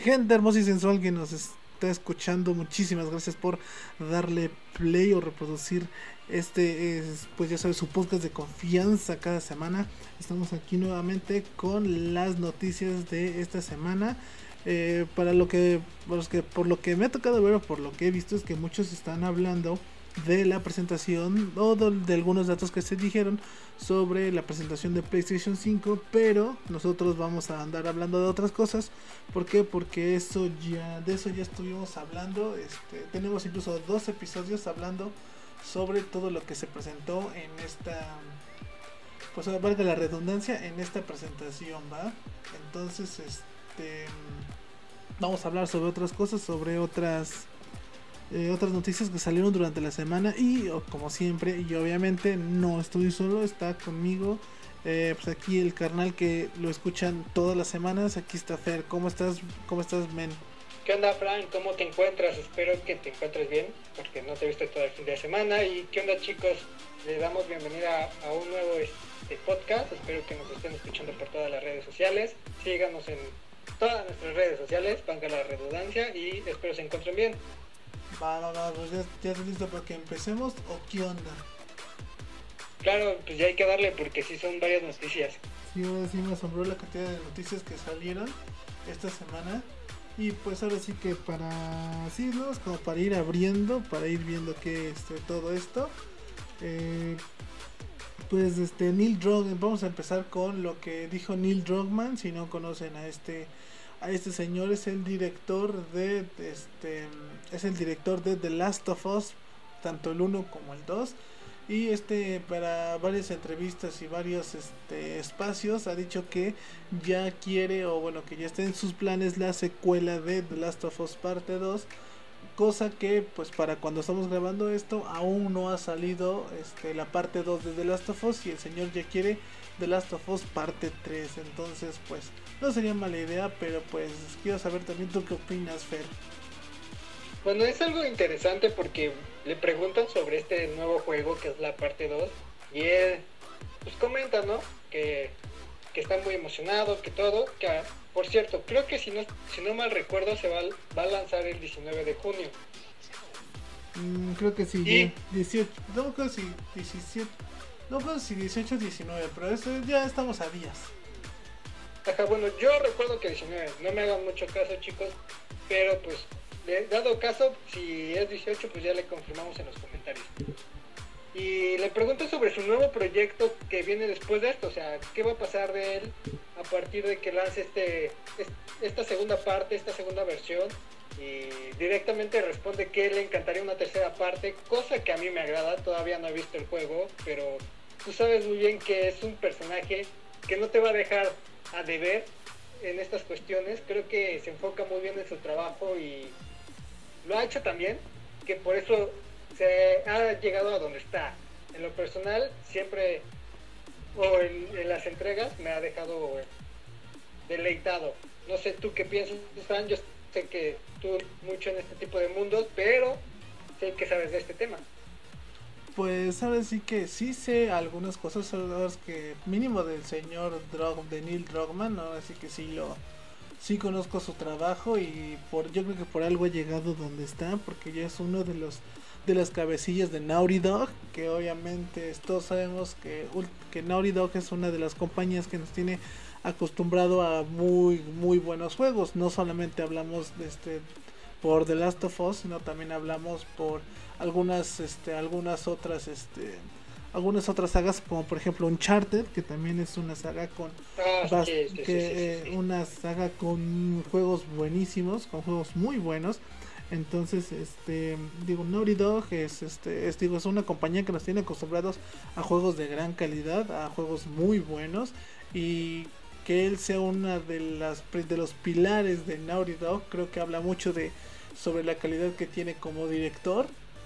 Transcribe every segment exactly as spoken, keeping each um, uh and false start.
Gente hermosa y sensual que nos está escuchando, muchísimas gracias por darle play o reproducir este, es, pues ya sabes, su podcast de confianza cada semana. Estamos aquí nuevamente con las noticias de esta semana. Eh, para lo que, por, los que, por lo que me ha tocado ver o por lo que he visto es que muchos están hablando de la presentación o de, de algunos datos que se dijeron sobre la presentación de PlayStation cinco, pero nosotros vamos a andar hablando de otras cosas. ¿Por qué? Porque eso ya, de eso ya estuvimos hablando. Este, tenemos incluso dos episodios hablando sobre todo lo que se presentó en esta, pues valga la redundancia, en esta presentación, ¿va? Entonces, este, vamos a hablar sobre otras cosas, sobre otras Eh, otras noticias que salieron durante la semana y oh, como siempre, y obviamente no estoy solo, está conmigo eh, pues aquí el carnal que lo escuchan todas las semanas. Aquí está Fer. ¿Cómo estás? ¿Cómo estás, men? ¿Qué onda, Fran? ¿Cómo te encuentras? Espero que te encuentres bien, porque no te he visto todo el fin de semana. ¿Y qué onda, chicos? Les damos bienvenida a un nuevo este, podcast. Espero que nos estén escuchando por todas las redes sociales. Síganos en todas nuestras redes sociales, valga la redundancia, y espero se encuentren bien. Va, va, va, pues ya, ya estás listo para que empecemos, ¿o qué onda? Claro, pues ya hay que darle porque sí son varias noticias. Sí, ahora sí me asombró la cantidad de noticias que salieron esta semana. Y pues ahora sí que para, sí, ¿no? Es como para ir abriendo, para ir viendo que este, todo esto. Eh, pues este, Neil Druckmann, vamos a empezar con lo que dijo Neil Druckmann. Si no conocen a este... A este señor, es el director de, de este es el director de The Last of Us, tanto el uno como el dos, y este para varias entrevistas y varios este espacios ha dicho que ya quiere, o bueno, que ya está en sus planes la secuela de The Last of Us parte dos, cosa que pues para cuando estamos grabando esto aún no ha salido este la parte dos de The Last of Us, y el señor ya quiere The Last of Us parte tres. Entonces pues no sería mala idea, pero pues quiero saber también tú qué opinas, Fer. Bueno, es algo interesante porque le preguntan sobre este nuevo juego que es la parte dos, y él pues comenta, ¿no? Que, que está muy emocionado, que todo, que por cierto, creo que si no, si no mal recuerdo se va, va a lanzar el diecinueve de junio. Mm, creo que sí, y... dieciocho, no creo si diecisiete, no creo si dieciocho, diecinueve, pero eso ya estamos a días. Ajá, bueno, yo recuerdo que diecinueve, no me hagan mucho caso, chicos, pero pues, dado caso, si es dieciocho, pues ya le confirmamos en los comentarios. Y le pregunto sobre su nuevo proyecto que viene después de esto, o sea, ¿qué va a pasar de él a partir de que lance este, esta segunda parte, esta segunda versión? Y directamente responde que le encantaría una tercera parte, cosa que a mí me agrada. Todavía no he visto el juego, pero tú sabes muy bien que es un personaje que no te va a dejar a deber en estas cuestiones. Creo que se enfoca muy bien en su trabajo y lo ha hecho también, que por eso se ha llegado a donde está. En lo personal, siempre, o en, en las entregas, me ha dejado deleitado. No sé tú qué piensas, Fran. Yo sé que tú mucho en este tipo de mundos, pero sé que sabes de este tema. Pues sabes, sí que sí sé algunas cosas, que mínimo del señor Drog, de Neil Druckmann, ¿no? Así que sí lo sí conozco su trabajo, y por yo creo que por algo ha llegado donde está, porque ya es uno de los de las cabecillas de Naughty Dog, que obviamente todos sabemos que que Naughty Dog es una de las compañías que nos tiene acostumbrado a muy muy buenos juegos. No solamente hablamos de este por The Last of Us, sino también hablamos por algunas este algunas otras este algunas otras sagas, como por ejemplo Uncharted, que también es una saga con ah, bast- sí, sí, que sí, sí, sí, eh, sí. una saga con juegos buenísimos, con juegos muy buenos. Entonces, este, digo, Naughty Dog es, este, es, digo, es una compañía que nos tiene acostumbrados a juegos de gran calidad, a juegos muy buenos, y que él sea una de las de los pilares de Naughty Dog, creo que habla mucho de sobre la calidad que tiene como director.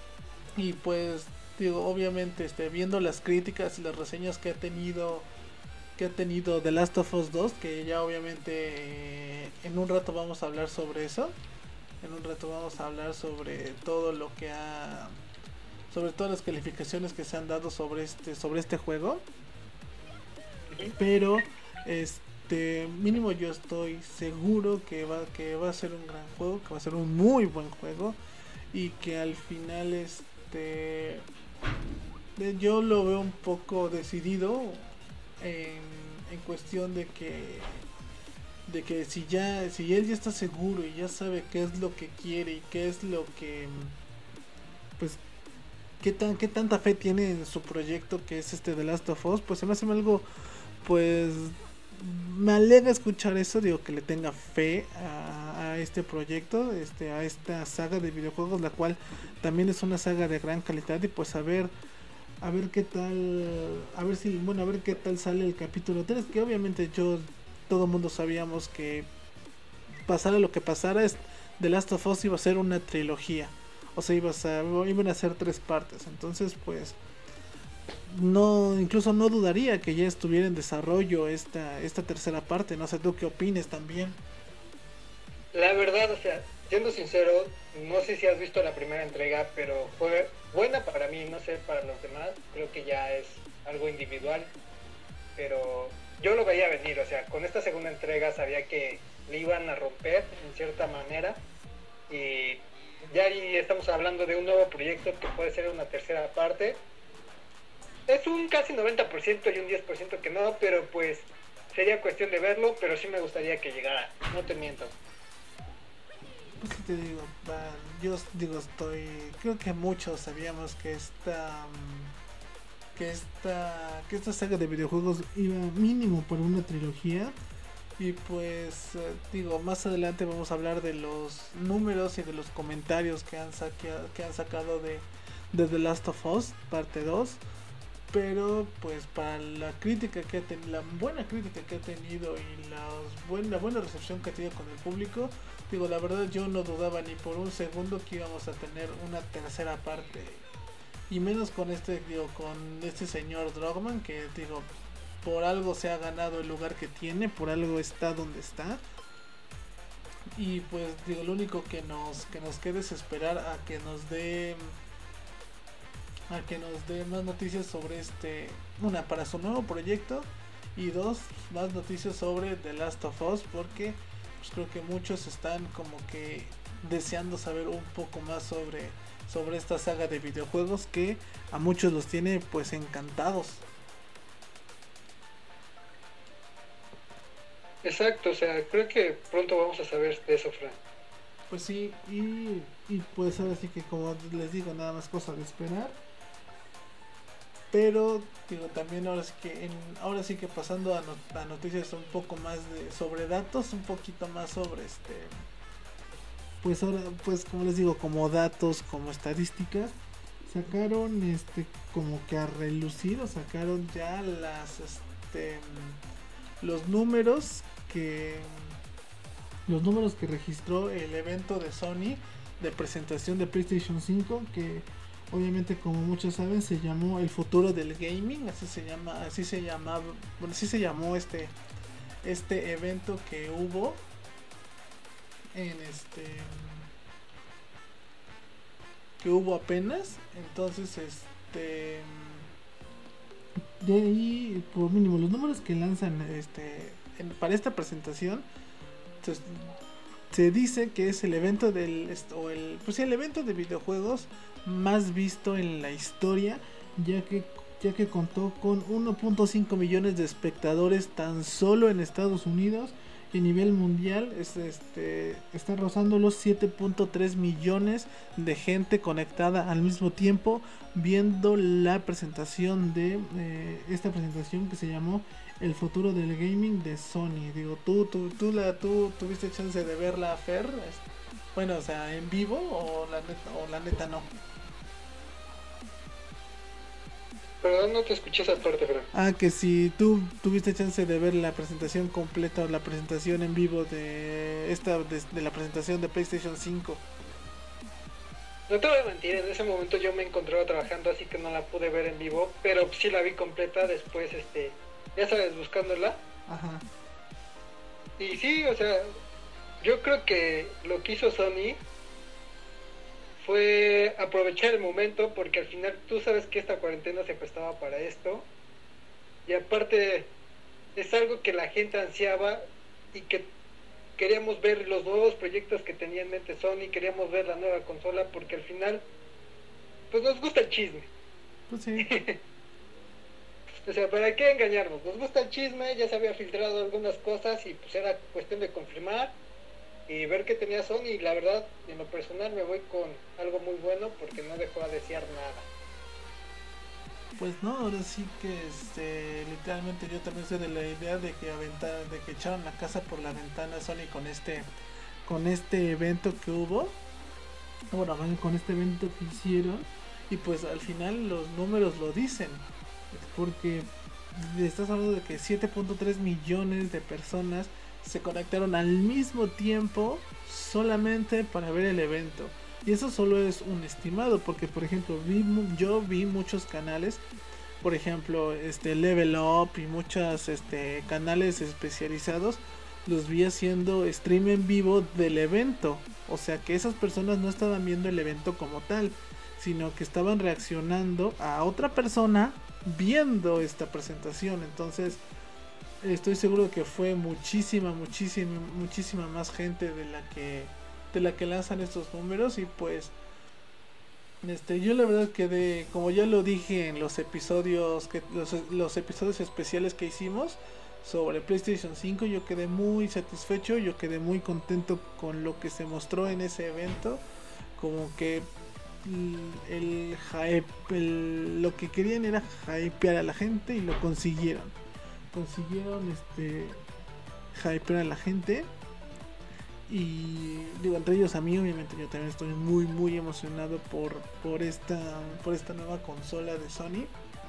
Y pues digo, obviamente, este, viendo las críticas y las reseñas que ha tenido que ha tenido The Last of Us dos, que ya obviamente eh, en un rato vamos a hablar sobre eso. En un rato vamos a hablar sobre todo lo que ha sobre todas las calificaciones que se han dado sobre este sobre este juego. Pero este este mínimo yo estoy seguro que va que va a ser un gran juego, que va a ser un muy buen juego y que al final este de- yo lo veo un poco decidido en, en cuestión de que de que si ya si él ya está seguro y ya sabe qué es lo que quiere y qué es lo que pues qué tan qué tanta fe tiene en su proyecto que es este The Last of Us, pues se me hace algo pues me alegra escuchar eso, digo que le tenga fe a, a este proyecto, este a esta saga de videojuegos, la cual también es una saga de gran calidad y pues a ver a ver qué tal, a ver si, bueno, a ver qué tal sale el capítulo tres que obviamente yo, todo el mundo sabíamos que pasara lo que pasara, es The Last of Us iba a ser una trilogía, o sea, iba a ser, iban a ser tres partes, entonces pues no, incluso no dudaría que ya estuviera en desarrollo esta, esta tercera parte, no sé tú qué opines también. La verdad, o sea, siendo sincero, no sé si has visto la primera entrega, pero fue buena para mí, no sé para los demás, creo que ya es algo individual, pero yo lo veía venir, o sea, con esta segunda entrega sabía que le iban a romper en cierta manera y ya ahí estamos hablando de un nuevo proyecto que puede ser una tercera parte. Es un casi noventa por ciento y un diez por ciento que no, pero pues sería cuestión de verlo, pero sí me gustaría que llegara, no te miento. Pues sí te digo, va, yo digo estoy, creo que muchos sabíamos que esta mm, que esta que esta saga de videojuegos iba mínimo por una trilogía y pues eh, digo más adelante vamos a hablar de los números y de los comentarios que han saqueado, que han sacado de, de The Last of Us parte dos, pero pues para la crítica que ha tenido, la buena crítica que ha tenido y la buena, buena recepción que ha tenido con el público, digo la verdad yo no dudaba ni por un segundo que íbamos a tener una tercera parte y menos con este digo con este señor Drogman que digo por algo se ha ganado el lugar que tiene, por algo está donde está y pues digo lo único que nos que nos queda es esperar a que nos dé a que nos dé más noticias sobre este, una para su nuevo proyecto y dos más noticias sobre The Last of Us porque pues creo que muchos están como que deseando saber un poco más sobre sobre esta saga de videojuegos que a muchos los tiene pues encantados. Exacto, o sea, creo que pronto vamos a saber de eso, Fran. Pues sí, y, y pues ahora sí que como les digo, nada más cosa de esperar. Pero digo también ahora sí que en, ahora sí que pasando a, not- a noticias un poco más de sobre datos, un poquito más sobre este pues ahora pues como les digo, como datos, como estadísticas, sacaron este como que a relucir o sacaron ya las este los números que los números que registró el evento de Sony de presentación de PlayStation cinco que obviamente como muchos saben se llamó el futuro del gaming, así se llama, así se llamaba, bueno, así se llamó este este evento que hubo en este que hubo apenas, entonces este de ahí por mínimo los números que lanzan este en, para esta presentación entonces, se dice que es el evento del o el pues sí, el evento de videojuegos más visto en la historia, ya que ya que contó con uno punto cinco millones de espectadores tan solo en Estados Unidos y a nivel mundial es, este, está rozando los siete punto tres millones de gente conectada al mismo tiempo viendo la presentación de eh, esta presentación que se llamó el futuro del gaming de Sony. Digo, tú, tú, tú, la, tú tuviste chance de verla, Fer. Bueno, o sea, en vivo o la neta, o la neta no. Perdón, no te escuché esa parte, Fran. Ah, que si tú tuviste chance de ver la presentación completa o la presentación en vivo de esta de, de la presentación de PlayStation cinco. No te voy a mentir, en ese momento yo me encontraba trabajando, así que no la pude ver en vivo, pero sí la vi completa después, este, ya sabes, buscándola. Ajá. Y sí, o sea, yo creo que lo que hizo Sony fue aprovechar el momento, porque al final tú sabes que esta cuarentena se prestaba para esto. Y aparte, es algo que la gente ansiaba y que queríamos ver los nuevos proyectos que tenía en mente Sony, queríamos ver la nueva consola, porque al final pues nos gusta el chisme. Pues sí. O sea, ¿para qué engañarnos? Nos gusta el chisme, ya se había filtrado algunas cosas y pues era cuestión de confirmar y ver qué tenía Sony. Y la verdad, en lo personal me voy con algo muy bueno porque no dejó a desear nada. Pues no, ahora sí que este, literalmente yo también soy de la idea de que aventaron, de que echaron la casa por la ventana Sony con este con este evento que hubo. Bueno, con este evento que hicieron y pues al final los números lo dicen. Porque estás hablando de que siete punto tres millones de personas se conectaron al mismo tiempo solamente para ver el evento. Y eso solo es un estimado, porque por ejemplo vi, yo vi muchos canales, por ejemplo este Level Up y muchos este, canales especializados, los vi haciendo stream en vivo del evento. O sea que esas personas no estaban viendo el evento como tal, sino que estaban reaccionando a otra persona viendo esta presentación. Entonces estoy seguro que fue muchísima, muchísima, muchísima más gente de la que de la que lanzan estos números. Y pues este yo la verdad quedé, como ya lo dije en los episodios que los, los episodios especiales que hicimos sobre PlayStation cinco, yo quedé muy satisfecho, yo quedé muy contento con lo que se mostró en ese evento. Como que el hype, el, lo que querían era hypear a la gente y lo consiguieron. Consiguieron este hypear a la gente. Y digo, entre ellos a mí, obviamente yo también estoy muy muy emocionado por, por esta por esta nueva consola de Sony.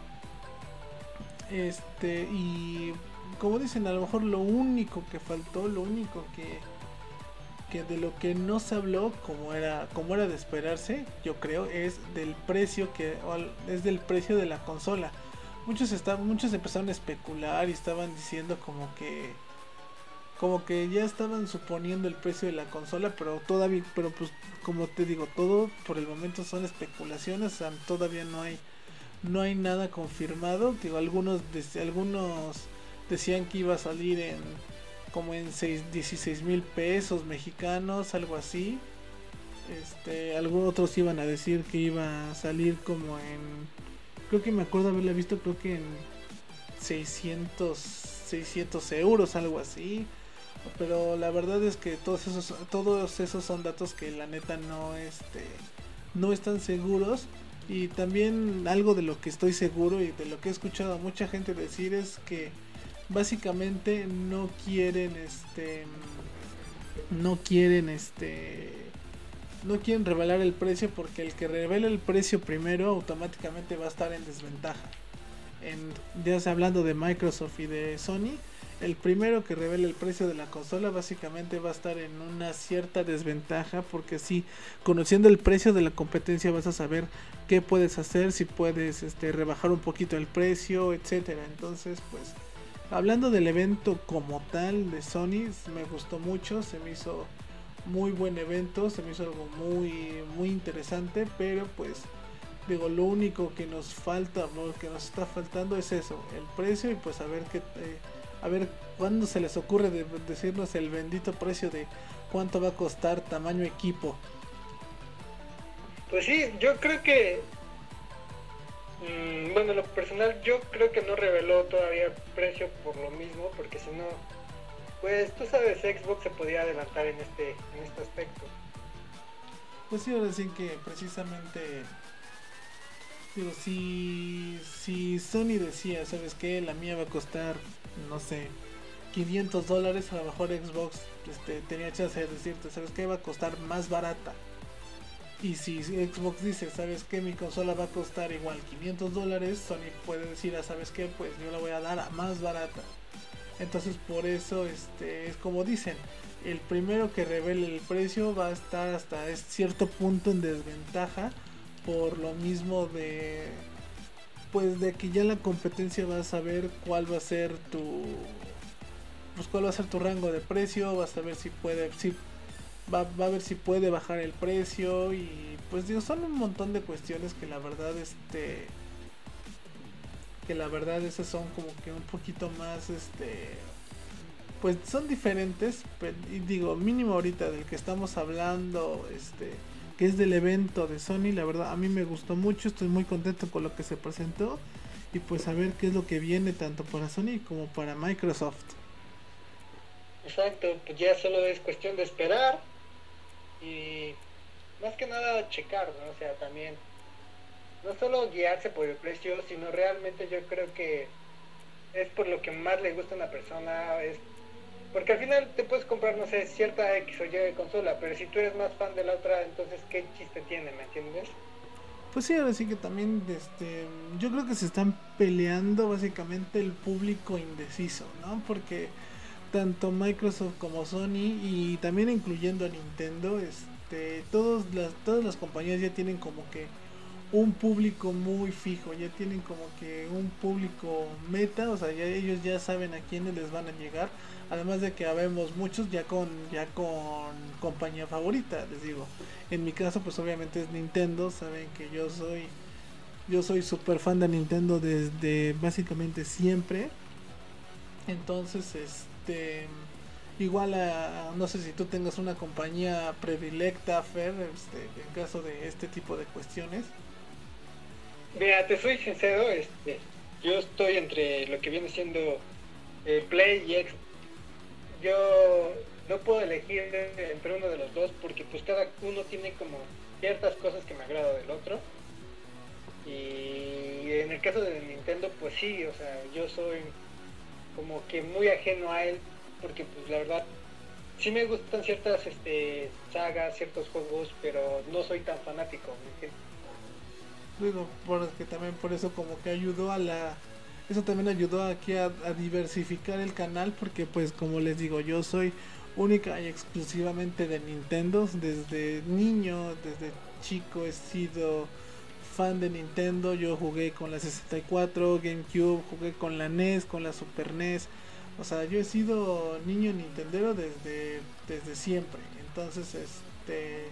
Este, y como dicen, a lo mejor lo único que faltó, lo único que que de lo que no se habló, como era como era de esperarse, yo creo, es del precio que es del precio de la consola. Muchos estaban muchos empezaron a especular y estaban diciendo como que como que ya estaban suponiendo el precio de la consola, pero todavía pero pues como te digo, todo por el momento son especulaciones, o sea, todavía no hay no hay nada confirmado. Digo, algunos algunos decían que iba a salir en como en dieciséis mil pesos mexicanos, algo así. Este, algunos otros iban a decir que iba a salir como en, creo que me acuerdo haberla visto, creo que en seiscientos euros, algo así. Pero la verdad es que todos esos todos esos son datos que la neta no este no están seguros. Y también algo de lo que estoy seguro y de lo que he escuchado a mucha gente decir es que básicamente no quieren este no quieren este no quieren revelar el precio, porque el que revela el precio primero automáticamente va a estar en desventaja. En, ya sea hablando de Microsoft y de Sony, el primero que revele el precio de la consola básicamente va a estar en una cierta desventaja, porque si conociendo el precio de la competencia vas a saber qué puedes hacer, si puedes este rebajar un poquito el precio, etcétera. Entonces, pues hablando del evento como tal de Sony, me gustó mucho, se me hizo muy buen evento, se me hizo algo muy muy interesante, pero pues digo, lo único que nos falta, lo que nos está faltando es eso, el precio, y pues a ver qué eh, a ver cuándo se les ocurre de decirnos el bendito precio de cuánto va a costar tamaño equipo. Pues sí, yo creo que bueno, lo personal yo creo que no reveló todavía precio por lo mismo, porque si no, pues tú sabes, Xbox se podía adelantar en este en este aspecto. Pues sí, ahora sí que precisamente digo, si si Sony decía, ¿sabes qué? La mía va a costar, no sé, quinientos dólares, a lo mejor Xbox este, tenía chance de decirte, ¿sabes qué? Va a costar más barata. Y si Xbox dice, ¿sabes qué? Mi consola va a costar igual quinientos dólares, Sony puede decir, ¿sabes qué? Pues yo la voy a dar a más barata. Entonces por eso este es como dicen, el primero que revele el precio va a estar hasta cierto punto en desventaja, por lo mismo de pues de que ya la competencia va a saber cuál va a ser tu pues cuál va a ser tu rango de precio, va a saber si puede si Va, va a ver si puede bajar el precio. Y pues digo, son un montón de cuestiones que la verdad este que la verdad esas son como que un poquito más, este, pues son diferentes, pero, y digo, mínimo ahorita del que estamos hablando, este, que es del evento de Sony, la verdad a mí me gustó mucho, estoy muy contento con lo que se presentó y pues a ver qué es lo que viene tanto para Sony como para Microsoft. Exacto, pues ya solo es cuestión de esperar y más que nada checar, ¿no? O sea, también no solo guiarse por el precio, sino realmente yo creo que es por lo que más le gusta a una persona, es porque al final te puedes comprar, no sé, cierta X o Y de consola, pero si tú eres más fan de la otra, entonces ¿qué chiste tiene, me entiendes? Pues sí, ahora sí que también, este, yo creo que se están peleando básicamente el público indeciso, ¿no? Porque tanto Microsoft como Sony y también incluyendo a Nintendo, este, todos las, todas las compañías ya tienen como que un público muy fijo, ya tienen como que un público meta, o sea, ya ellos ya saben a quiénes les van a llegar, además de que habemos muchos ya con ya con compañía favorita, les digo. En mi caso, pues obviamente es Nintendo, saben que yo soy yo soy súper fan de Nintendo desde básicamente siempre. Entonces, este igual a, no sé si tú tengas una compañía predilecta, Fer, este, en caso de este tipo de cuestiones. Mira, te soy sincero, este, yo estoy entre lo que viene siendo eh, Play y Xbox. Yo no puedo elegir entre uno de los dos porque pues cada uno tiene como ciertas cosas que me agrada del otro. Y en el caso de Nintendo, pues sí, o sea, yo soy como que muy ajeno a él porque pues la verdad sí me gustan ciertas este, sagas, ciertos juegos, pero no soy tan fanático, ¿me entiendes? Digo, porque también por eso como que ayudó a la... Eso también ayudó aquí a, a diversificar el canal porque pues como les digo, yo soy única y exclusivamente de Nintendo. Desde niño, desde chico he sido fan de Nintendo. Yo jugué con la sesenta y cuatro, GameCube, jugué con la N E S, con la Super N E S. O sea, yo he sido niño nintendero desde, desde siempre. Entonces, este...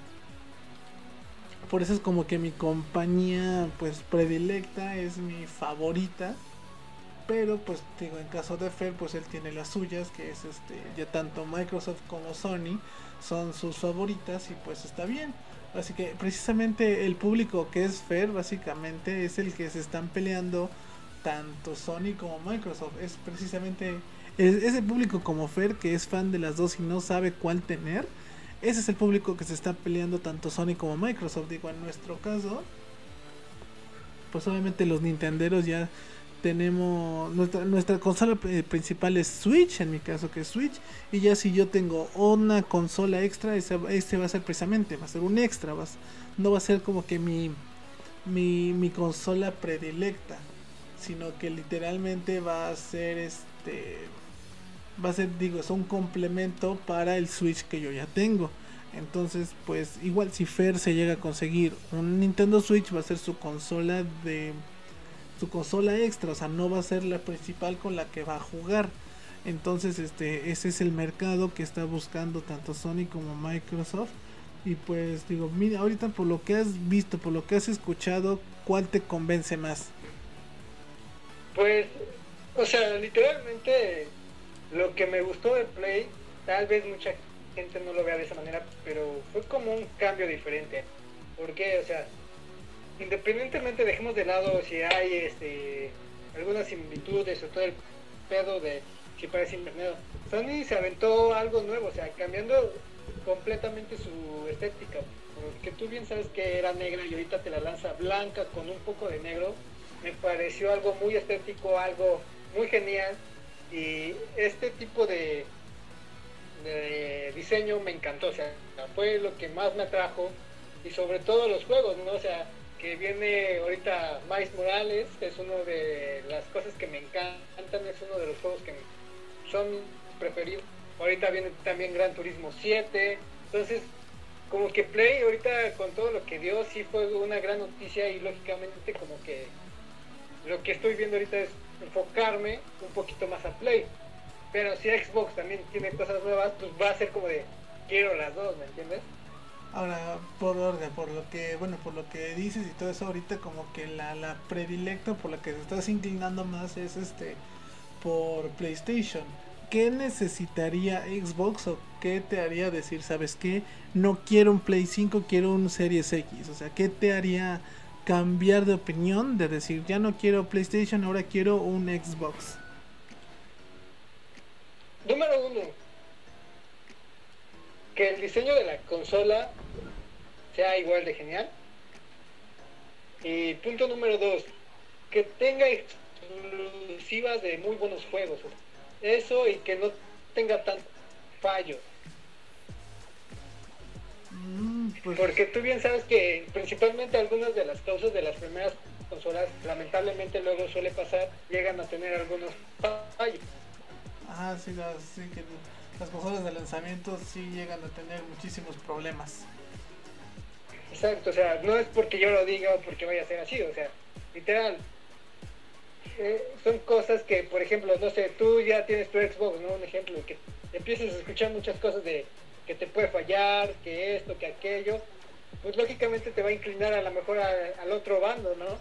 Por eso es como que mi compañía pues predilecta, es mi favorita. Pero pues digo, en caso de Fer, pues él tiene las suyas, que es este, ya tanto Microsoft como Sony son sus favoritas y pues está bien. Así que precisamente el público que es Fer básicamente es el que se están peleando tanto Sony como Microsoft. Es precisamente es, ese público como Fer que es fan de las dos y no sabe cuál tener. Ese es el público que se está peleando tanto Sony como Microsoft. Digo, en nuestro caso, pues obviamente los nintenderos ya tenemos nuestra, nuestra consola principal es Switch, en mi caso que es Switch, y ya si yo tengo una consola extra, ese, este va a ser precisamente, va a ser un extra, va, no va a ser como que mi, mi, mi consola predilecta, sino que literalmente va a ser este, va a ser, digo, es un complemento para el Switch que yo ya tengo. Entonces, pues igual si Fer se llega a conseguir un Nintendo Switch, va a ser su consola de su consola extra, o sea, no va a ser la principal con la que va a jugar. Entonces, este ese es el mercado que está buscando tanto Sony como Microsoft. Y pues digo, mira, ahorita por lo que has visto, por lo que has escuchado, ¿cuál te convence más? Pues, o sea, literalmente lo que me gustó de Play, tal vez mucha gente no lo vea de esa manera, pero fue como un cambio diferente. Porque, o sea, independientemente dejemos de lado si hay este algunas similitudes o todo el pedo de si parece invernado, Sony se aventó algo nuevo, o sea, cambiando completamente su estética, porque tú bien sabes que era negra y ahorita te la lanza blanca con un poco de negro. Me pareció algo muy estético, algo muy genial, y este tipo de, de diseño me encantó, o sea, fue lo que más me atrajo, y sobre todo los juegos, ¿no? O sea, que viene ahorita Miles Morales, es uno de las cosas que me encantan, es uno de los juegos que son preferidos. Ahorita viene también Gran Turismo siete, entonces como que Play ahorita con todo lo que dio sí fue una gran noticia, y lógicamente como que lo que estoy viendo ahorita es enfocarme un poquito más a Play, pero si Xbox también tiene cosas nuevas, pues va a ser como de quiero las dos, ¿me entiendes? Ahora, por orden, por lo que, bueno, por lo que dices y todo eso ahorita, como que la, la predilecta por la que te estás inclinando más es este por PlayStation. ¿Qué necesitaría Xbox o qué te haría decir, sabes qué? No quiero un Play cinco, quiero un Series X. O sea, ¿qué te haría cambiar de opinión de decir, ya no quiero PlayStation, ahora quiero un Xbox? Número uno, que el diseño de la consola sea igual de genial. Y punto número dos, que tenga exclusivas de muy buenos juegos. Eso, y que no tenga tanto fallo. Mm, pues... Porque tú bien sabes que principalmente algunas de las causas de las primeras consolas, lamentablemente luego suele pasar, llegan a tener algunos fallos. Ah, sí, las, sí, que las consolas de lanzamiento sí llegan a tener muchísimos problemas. Exacto, o sea, no es porque yo lo diga o porque vaya a ser así, o sea, literal. Eh, son cosas que, por ejemplo, no sé, tú ya tienes tu Xbox, ¿no? Un ejemplo, que empiezas a escuchar muchas cosas de que te puede fallar, que esto, que aquello, pues lógicamente te va a inclinar a lo mejor a, al otro bando, ¿no?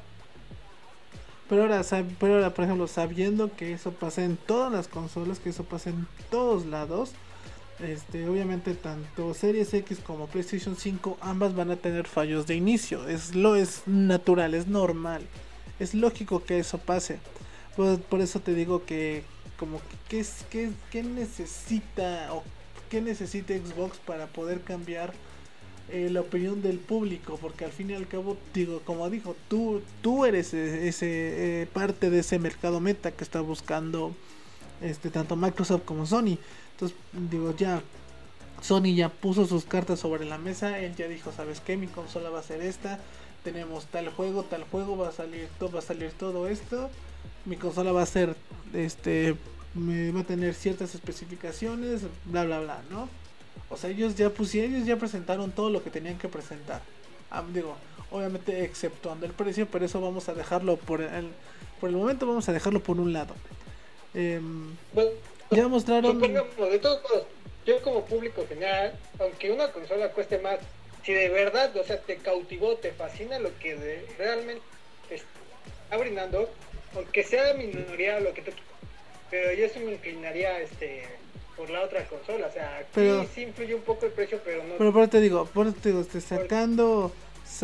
Pero ahora, pero ahora, por ejemplo, sabiendo que eso pasa en todas las consolas, que eso pasa en todos lados, este, obviamente tanto Series X como PlayStation cinco, ambas van a tener fallos de inicio. Es lo es natural, es normal, es lógico que eso pase. Por, por eso te digo que, como que qué es, qué, qué necesita o qué necesita Xbox para poder cambiar eh, la opinión del público, porque al fin y al cabo, digo, como dijo, tú, tú eres ese, ese eh, parte de ese mercado meta que está buscando este tanto Microsoft como Sony. Entonces, digo, ya Sony ya puso sus cartas sobre la mesa, él ya dijo, ¿sabes qué? Mi consola va a ser esta, tenemos tal juego, tal juego, va a salir todo, va a salir todo esto. Mi consola va a ser este me va a tener ciertas especificaciones, bla bla bla, ¿no? O sea, ellos ya pusieron, ellos ya presentaron todo lo que tenían que presentar. Ah, digo, obviamente exceptuando el precio, pero eso vamos a dejarlo por el por el momento vamos a dejarlo por un lado. Eh, Bueno, ya mostraron. supongamos, de todos modos, yo como público general, aunque una consola cueste más, si de verdad, o sea, te cautivó, te fascina lo que de, realmente te está brindando, aunque sea minoría lo que tú, pero yo sí me inclinaría este por la otra consola, o sea, aquí pero, sí influye un poco el precio, pero no. Pero por te digo, por te digo, este, sacando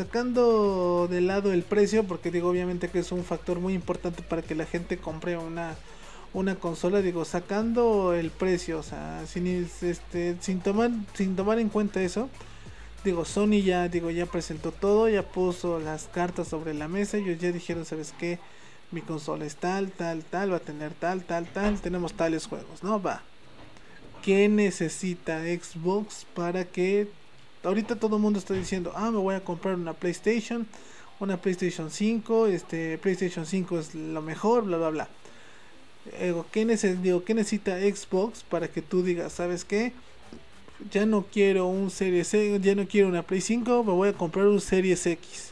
sacando de lado el precio, porque digo obviamente que es un factor muy importante para que la gente compre una una consola, digo, sacando el precio, o sea, sin este sin tomar sin tomar en cuenta eso, digo, Sony ya digo ya presentó todo, ya puso las cartas sobre la mesa, ellos ya dijeron, ¿sabes qué? Mi consola es tal, tal, tal, va a tener tal, tal, tal, tenemos tales juegos, ¿no? Va. ¿Qué necesita Xbox para que ahorita todo el mundo está diciendo, ah, me voy a comprar una PlayStation, una PlayStation cinco, este PlayStation cinco es lo mejor, bla bla bla? ¿Qué, neces digo, ¿qué necesita Xbox para que tú digas, ¿sabes qué? Ya no quiero un Series X, ya no quiero una Play cinco, me voy a comprar un Series X?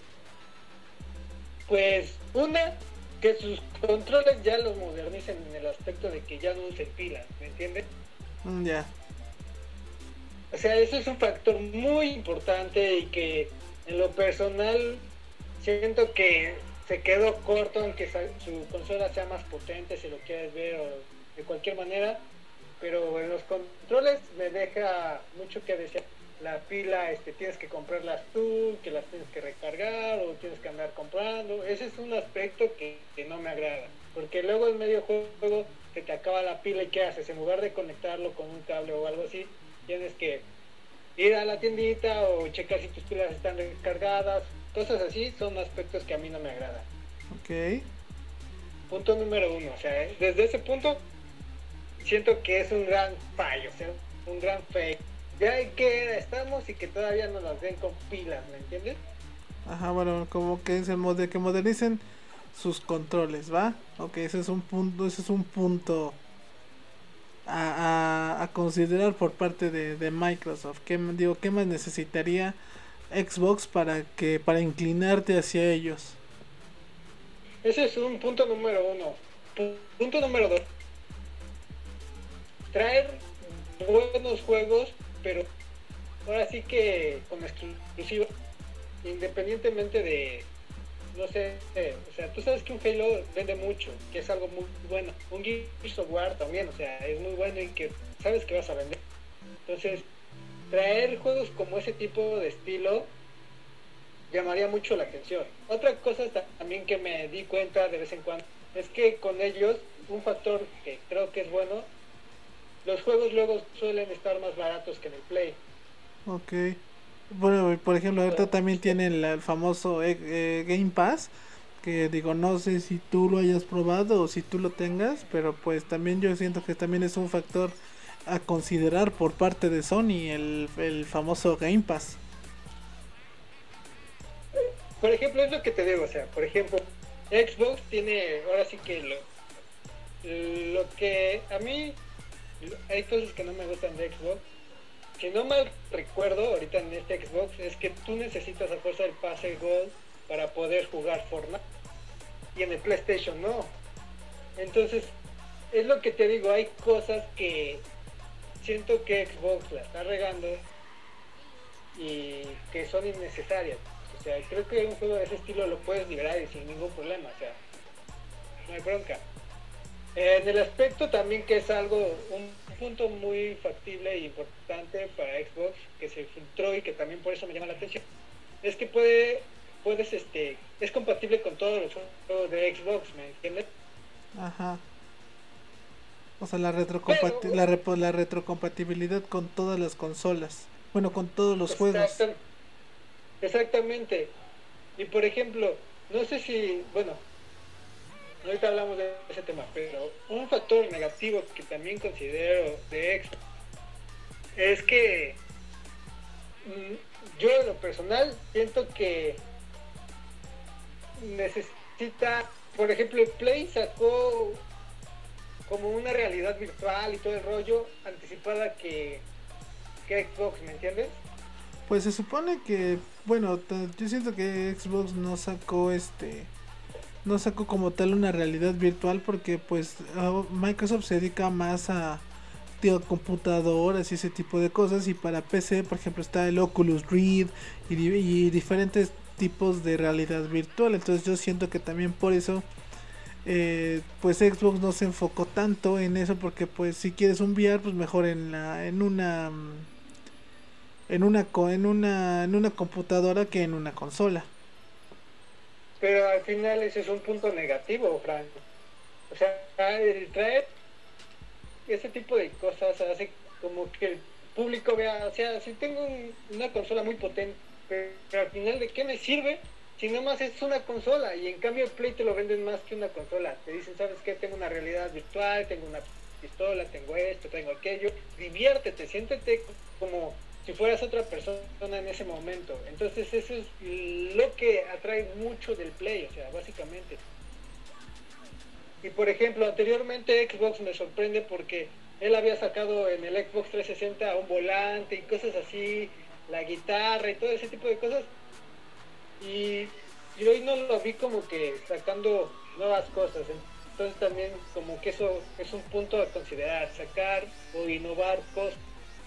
Pues una, que sus controles ya los modernicen en el aspecto de que ya no usen pilas, ¿me entiendes? Mm, ya. O sea, eso es un factor muy importante y que en lo personal siento que se quedó corto, aunque su consola sea más potente, si lo quieres ver, o de cualquier manera, pero en los controles me deja mucho que desear. La pila, este, tienes que comprarlas tú, que las tienes que recargar o tienes que andar comprando. Ese es un aspecto que, que no me agrada, porque luego en medio juego se te acaba la pila y ¿qué haces? En lugar de conectarlo con un cable o algo así, tienes que ir a la tiendita o checar si tus pilas están recargadas. Cosas así son aspectos que a mí no me agradan. Ok. Punto número uno, o sea, desde ese punto siento que es un gran fallo, o sea, un gran fake. Ya en qué era estamos y que todavía no las den con pilas, ¿me entiendes? Ajá, bueno, como que se mod que modernicen sus controles, ¿va? Ok, ese es un punto, ese es un punto a, a, a considerar por parte de, de Microsoft. ¿Qué, digo, ¿qué más necesitaría Xbox para que para inclinarte hacia ellos? Ese es un punto número uno. Punto número dos. Traer buenos juegos, pero ahora sí que como exclusivo, independientemente de, no sé, eh, o sea, tú sabes que un Halo vende mucho, que es algo muy bueno. Un Gears of War también, o sea, es muy bueno y que sabes que vas a vender. Entonces, traer juegos como ese tipo de estilo llamaría mucho la atención. Otra cosa también que me di cuenta de vez en cuando es que con ellos, un factor que creo que es bueno, los juegos luego suelen estar más baratos que en el Play. Ok. Bueno, por ejemplo, ahorita también Esto, tienen la- el famoso eh, eh, Game Pass, que digo, no sé si tú lo hayas probado o si tú lo tengas, pero pues también yo siento que también es un factor a considerar por parte de Sony, el, el famoso Game Pass. por ejemplo, es lo que te digo, o sea, por ejemplo, Xbox tiene, ahora sí que lo, lo que a mí, hay cosas que no me gustan de Xbox. Si no mal recuerdo, ahorita en este Xbox, es que tú necesitas a fuerza el pase Gold para poder jugar Fortnite. Y en el PlayStation no. Entonces, es lo que te digo, hay cosas que siento que Xbox la está regando y que son innecesarias. O sea, creo que un juego de ese estilo lo puedes liberar y sin ningún problema, o sea, no hay bronca. Eh, en el aspecto también que es algo, un punto muy factible e importante para Xbox, que se filtró y que también por eso me llama la atención, es que puede, puedes, este, es compatible con todos los juegos de Xbox, ¿me entiendes? Ajá. O sea, la, retrocompati- Pero, la, repo- la retrocompatibilidad con todas las consolas. Bueno, con todos los juegos. exacta, exactamente. Y por ejemplo, no sé si, bueno, ahorita hablamos de ese tema, pero un factor negativo que también considero de Xbox es que mm, yo en lo personal siento que necesita, por ejemplo, el Play sacó como una realidad virtual y todo el rollo anticipada que, que Xbox, ¿me entiendes? Pues se supone que, bueno, ta- yo siento que Xbox no sacó este, no sacó como tal una realidad virtual porque pues ah, Microsoft se dedica más a tío, computadoras y ese tipo de cosas y para P C, por ejemplo, está el Oculus Rift y, di- y diferentes tipos de realidad virtual. Entonces yo siento que también por eso eh, pues Xbox no se enfocó tanto en eso porque pues si quieres un V R pues mejor en la en una mm, en una co- en una en una computadora que en una consola. Pero al final ese es un punto negativo, Frank. O sea, el traer ese tipo de cosas hace como que el público vea, o sea, si tengo un, una consola muy potente, pero, pero al final de qué me sirve si nomás es una consola y en cambio el Play te lo venden más que una consola. Te dicen, ¿sabes qué? Tengo una realidad virtual, tengo una pistola, tengo esto, tengo aquello. Diviértete, siéntete como si fueras otra persona en ese momento. Entonces eso es lo que atrae mucho del Play, o sea, básicamente. Y por ejemplo, anteriormente Xbox me sorprende porque él había sacado en el Xbox trescientos sesenta un volante y cosas así, la guitarra y todo ese tipo de cosas. Y, y hoy no lo vi como que sacando nuevas cosas. Entonces también como que eso es un punto a considerar, sacar o innovar cosas.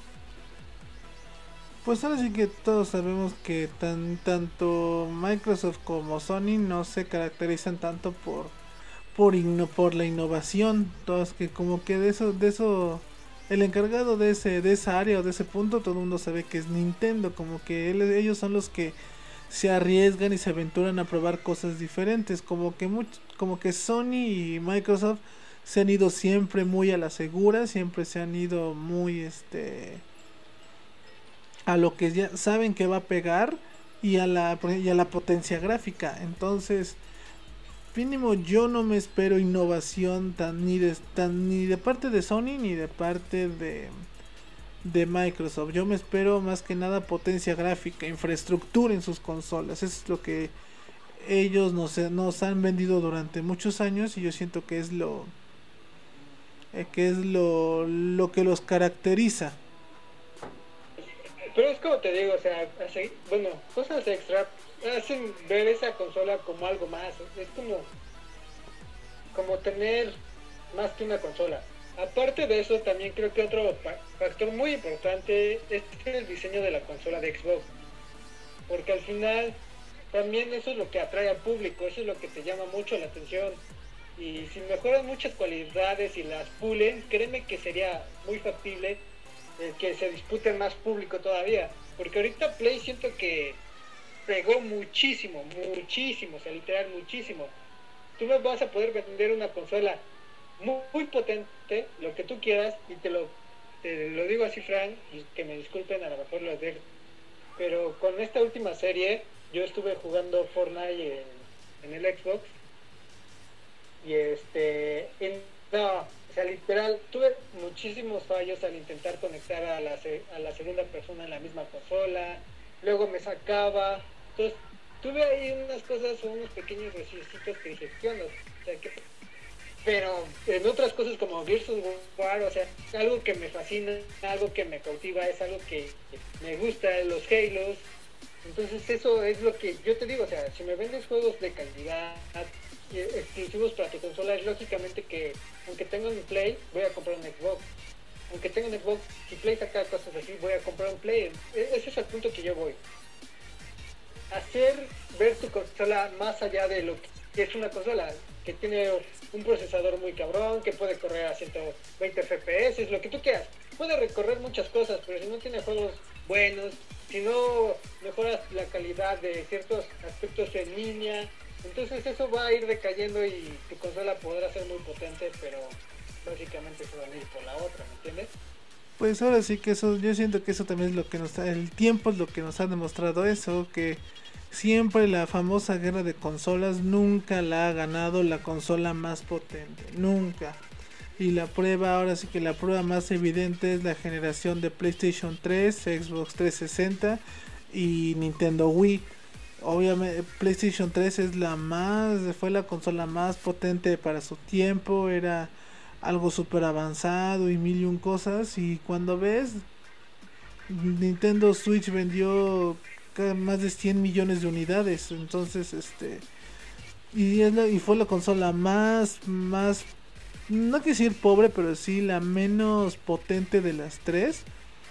Pues ahora sí que todos sabemos que tan tanto Microsoft como Sony no se caracterizan tanto por por inno- por la innovación, todos que como que de eso de eso el encargado de ese de esa área o de ese punto todo el mundo sabe que es Nintendo, como que él- ellos son los que se arriesgan y se aventuran a probar cosas diferentes, como que much- como que Sony y Microsoft se han ido siempre muy a la segura, siempre se han ido muy este a lo que ya saben que va a pegar y a la y a la potencia gráfica. Entonces, mínimo yo no me espero innovación tan ni de tan ni de parte de Sony ni de parte de de Microsoft. Yo me espero más que nada potencia gráfica, infraestructura en sus consolas. Eso es lo que ellos nos, nos han vendido durante muchos años y yo siento que es lo eh, que es lo, lo que los caracteriza. Pero es como te digo, o sea, así, bueno, cosas extra hacen ver esa consola como algo más. Es como, como tener más que una consola. Aparte de eso, también creo que otro factor muy importante es el diseño de la consola de Xbox. Porque al final también eso es lo que atrae al público, eso es lo que te llama mucho la atención. Y si mejoran muchas cualidades y las pulen, créeme que sería muy factible eh, que se disputen más público todavía. Porque ahorita Play siento que pegó muchísimo, muchísimo, o sea, literal muchísimo. Tú me vas a poder vender una consola muy, muy potente, lo que tú quieras, y te lo, te lo digo así, Frank, y que me disculpen, a lo mejor lo de, pero con esta última serie, yo estuve jugando Fortnite en, en el Xbox, y este, en, no, o sea, literal, tuve muchísimos fallos al intentar conectar a la, a la segunda persona en la misma consola, luego me sacaba, entonces tuve ahí unas cosas, unos pequeños requisitos que dije, ¿qué onda? O sea, que, pero en otras cosas como Gears of War, o sea, algo que me fascina, algo que me cautiva, es algo que me gusta, los Halos, entonces eso es lo que yo te digo, o sea, si me vendes juegos de calidad, exclusivos para tu consola, es lógicamente que aunque tenga un Play, voy a comprar un Xbox. Aunque tenga un Xbox, si Play saca cosas así, voy a comprar un Play. Ese es el punto que yo voy. Hacer ver tu consola más allá de lo que es una consola, que tiene un procesador muy cabrón, que puede correr a ciento veinte F P S, lo que tú quieras. Puede recorrer muchas cosas, pero si no tiene juegos buenos, si no mejoras la calidad de ciertos aspectos en línea, entonces eso va a ir decayendo y tu consola podrá ser muy potente, pero básicamente se va a ir por la otra, ¿me entiendes? Pues ahora sí que eso, yo siento que eso también es lo que nos ha, el tiempo es lo que nos ha demostrado eso, que siempre la famosa guerra de consolas nunca la ha ganado la consola más potente, nunca. Y la prueba, ahora sí que la prueba más evidente es la generación de PlayStation tres, Xbox trescientos sesenta y Nintendo Wii. Obviamente PlayStation tres es la más, fue la consola más potente para su tiempo, era algo súper avanzado y mil y un cosas, y cuando ves Nintendo Switch vendió más de cien millones de unidades, entonces este y, es la, y fue la consola más más no quiero decir pobre, pero sí la menos potente de las tres,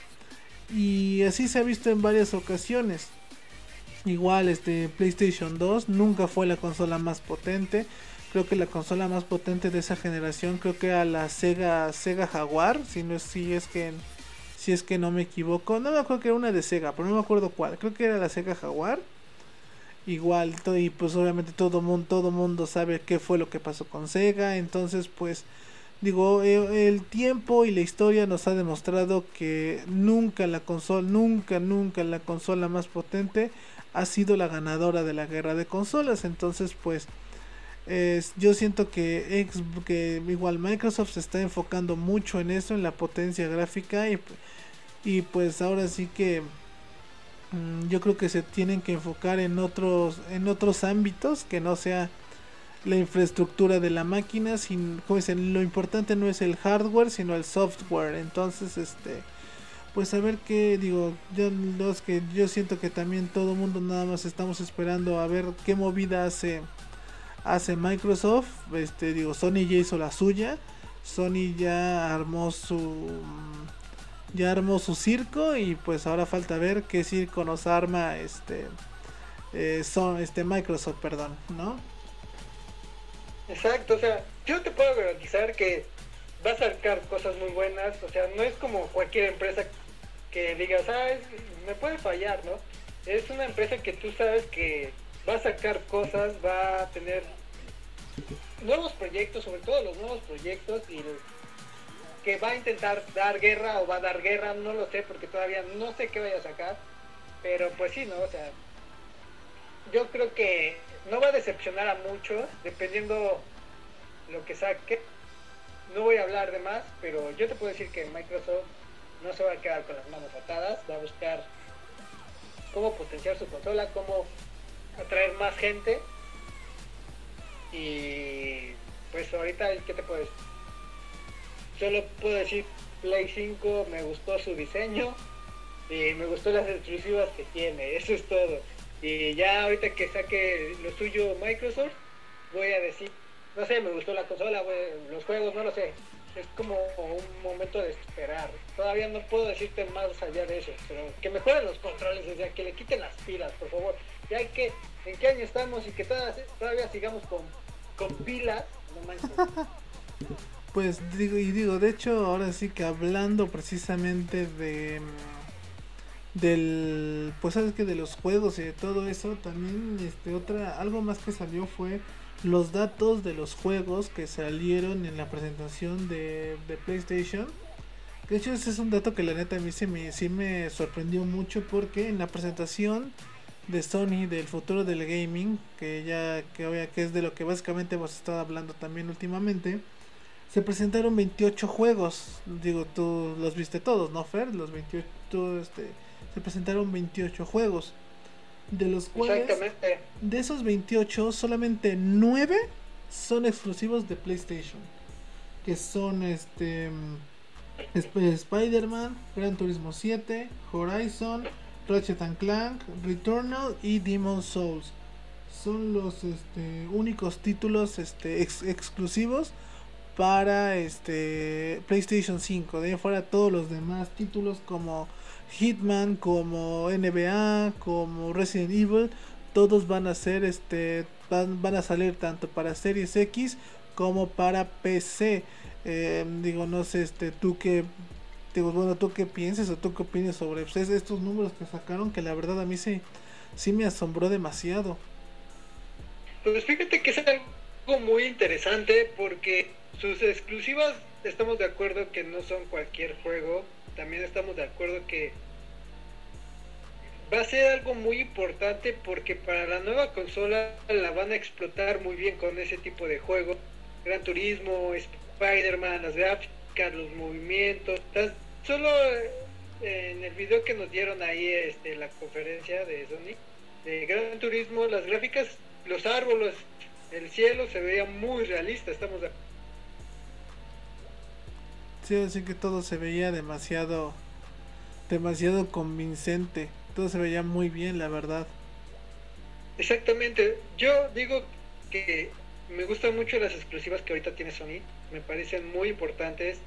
y así se ha visto en varias ocasiones. Igual este PlayStation dos nunca fue la consola más potente. Creo que la consola más potente de esa generación creo que era la Sega Sega Jaguar, si no es si es que si es que no me equivoco. No me acuerdo que era una de Sega, pero no me acuerdo cuál. Creo que era la Sega Jaguar. Igual y pues obviamente todo mundo todo mundo sabe qué fue lo que pasó con Sega, entonces pues digo, el tiempo y la historia nos ha demostrado que nunca la consola, nunca, nunca la consola más potente ha sido la ganadora de la guerra de consolas. Entonces pues eh, yo siento que, ex, que igual Microsoft se está enfocando mucho en eso, en la potencia gráfica, y, y pues ahora sí que mmm, yo creo que se tienen que enfocar en otros, en otros ámbitos que no sea la infraestructura de la máquina, sin, como dicen, lo importante no es el hardware sino el software. Entonces este pues a ver qué digo, yo los que yo siento que también todo el mundo nada más estamos esperando a ver qué movida hace hace Microsoft. Este digo, Sony ya hizo la suya, Sony ya armó su ya armó su circo, y pues ahora falta ver qué circo nos arma este eh, son este Microsoft, perdón, ¿no? Exacto, o sea, yo te puedo garantizar que va a sacar cosas muy buenas, o sea, no es como cualquier empresa que digas, ah, es, me puede fallar, ¿no? Es una empresa que tú sabes que va a sacar cosas, va a tener nuevos proyectos, sobre todo los nuevos proyectos, y que va a intentar dar guerra o va a dar guerra, no lo sé, porque todavía no sé qué vaya a sacar, pero pues sí, ¿no? O sea, yo creo que no va a decepcionar a muchos, dependiendo lo que saque. No voy a hablar de más, pero yo te puedo decir que Microsoft no se va a quedar con las manos atadas, va a buscar cómo potenciar su consola, cómo atraer más gente. Y pues ahorita, ¿qué te puedo decir? Solo puedo decir Play cinco, me gustó su diseño y me gustó las exclusivas que tiene, eso es todo. Y ya ahorita que saque lo suyo Microsoft, voy a decir, no sé, me gustó la consola, wey, los juegos, no lo sé. es como un momento de esperar. Todavía no puedo decirte más allá de eso, pero que mejoren los controles, o sea, que le quiten las pilas, por favor. Ya hay que, ¿en qué año estamos? Y que todavía, todavía sigamos con, con pilas, no manches. Pues digo, y digo, de hecho, ahora sí que hablando precisamente de del pues sabes que de los juegos y de todo eso, también este otra algo más que salió fue los datos de los juegos que salieron en la presentación de, de PlayStation. De hecho, ese es un dato que la neta a mí sí me, sí me sorprendió mucho, porque en la presentación de Sony del futuro del gaming, que ya que, obvia, que es de lo que básicamente hemos estado hablando también últimamente, se presentaron veintiocho juegos. Digo, tú los viste todos, ¿no, Fer? Los veintiocho, tú, este, se presentaron veintiocho juegos, de los cuales, Exactamente. de esos veintiocho, solamente nueve son exclusivos de PlayStation, que son este Sp- Spider-Man, Gran Turismo siete, Horizon, Ratchet and Clank, Returnal y Demon's Souls. Son los este, únicos títulos este, ex- exclusivos para este PlayStation cinco. De ahí fuera, todos los demás títulos como Hitman, como N B A, como Resident Evil, todos van a ser este van, van a salir tanto para Series X como para P C. Eh, digo, no sé, este tú qué digo, bueno, tú qué piensas o tú qué opinas sobre pues, estos números que sacaron, que la verdad a mí sí sí me asombró demasiado. Pues fíjate que es algo muy interesante porque sus exclusivas estamos de acuerdo que no son cualquier juego. También estamos de acuerdo que va a ser algo muy importante porque para la nueva consola la van a explotar muy bien con ese tipo de juego. Gran Turismo, Spider-Man, las gráficas, los movimientos. Tan solo eh, en el video que nos dieron ahí este, la conferencia de Sony, de Gran Turismo, las gráficas, los árboles, el cielo se veía muy realista, estamos de... Sí, así que todo se veía demasiado demasiado convincente. Todo se veía muy bien, la verdad. Exactamente, yo digo que me gustan mucho las exclusivas que ahorita tiene Sony, me parecen muy importantes.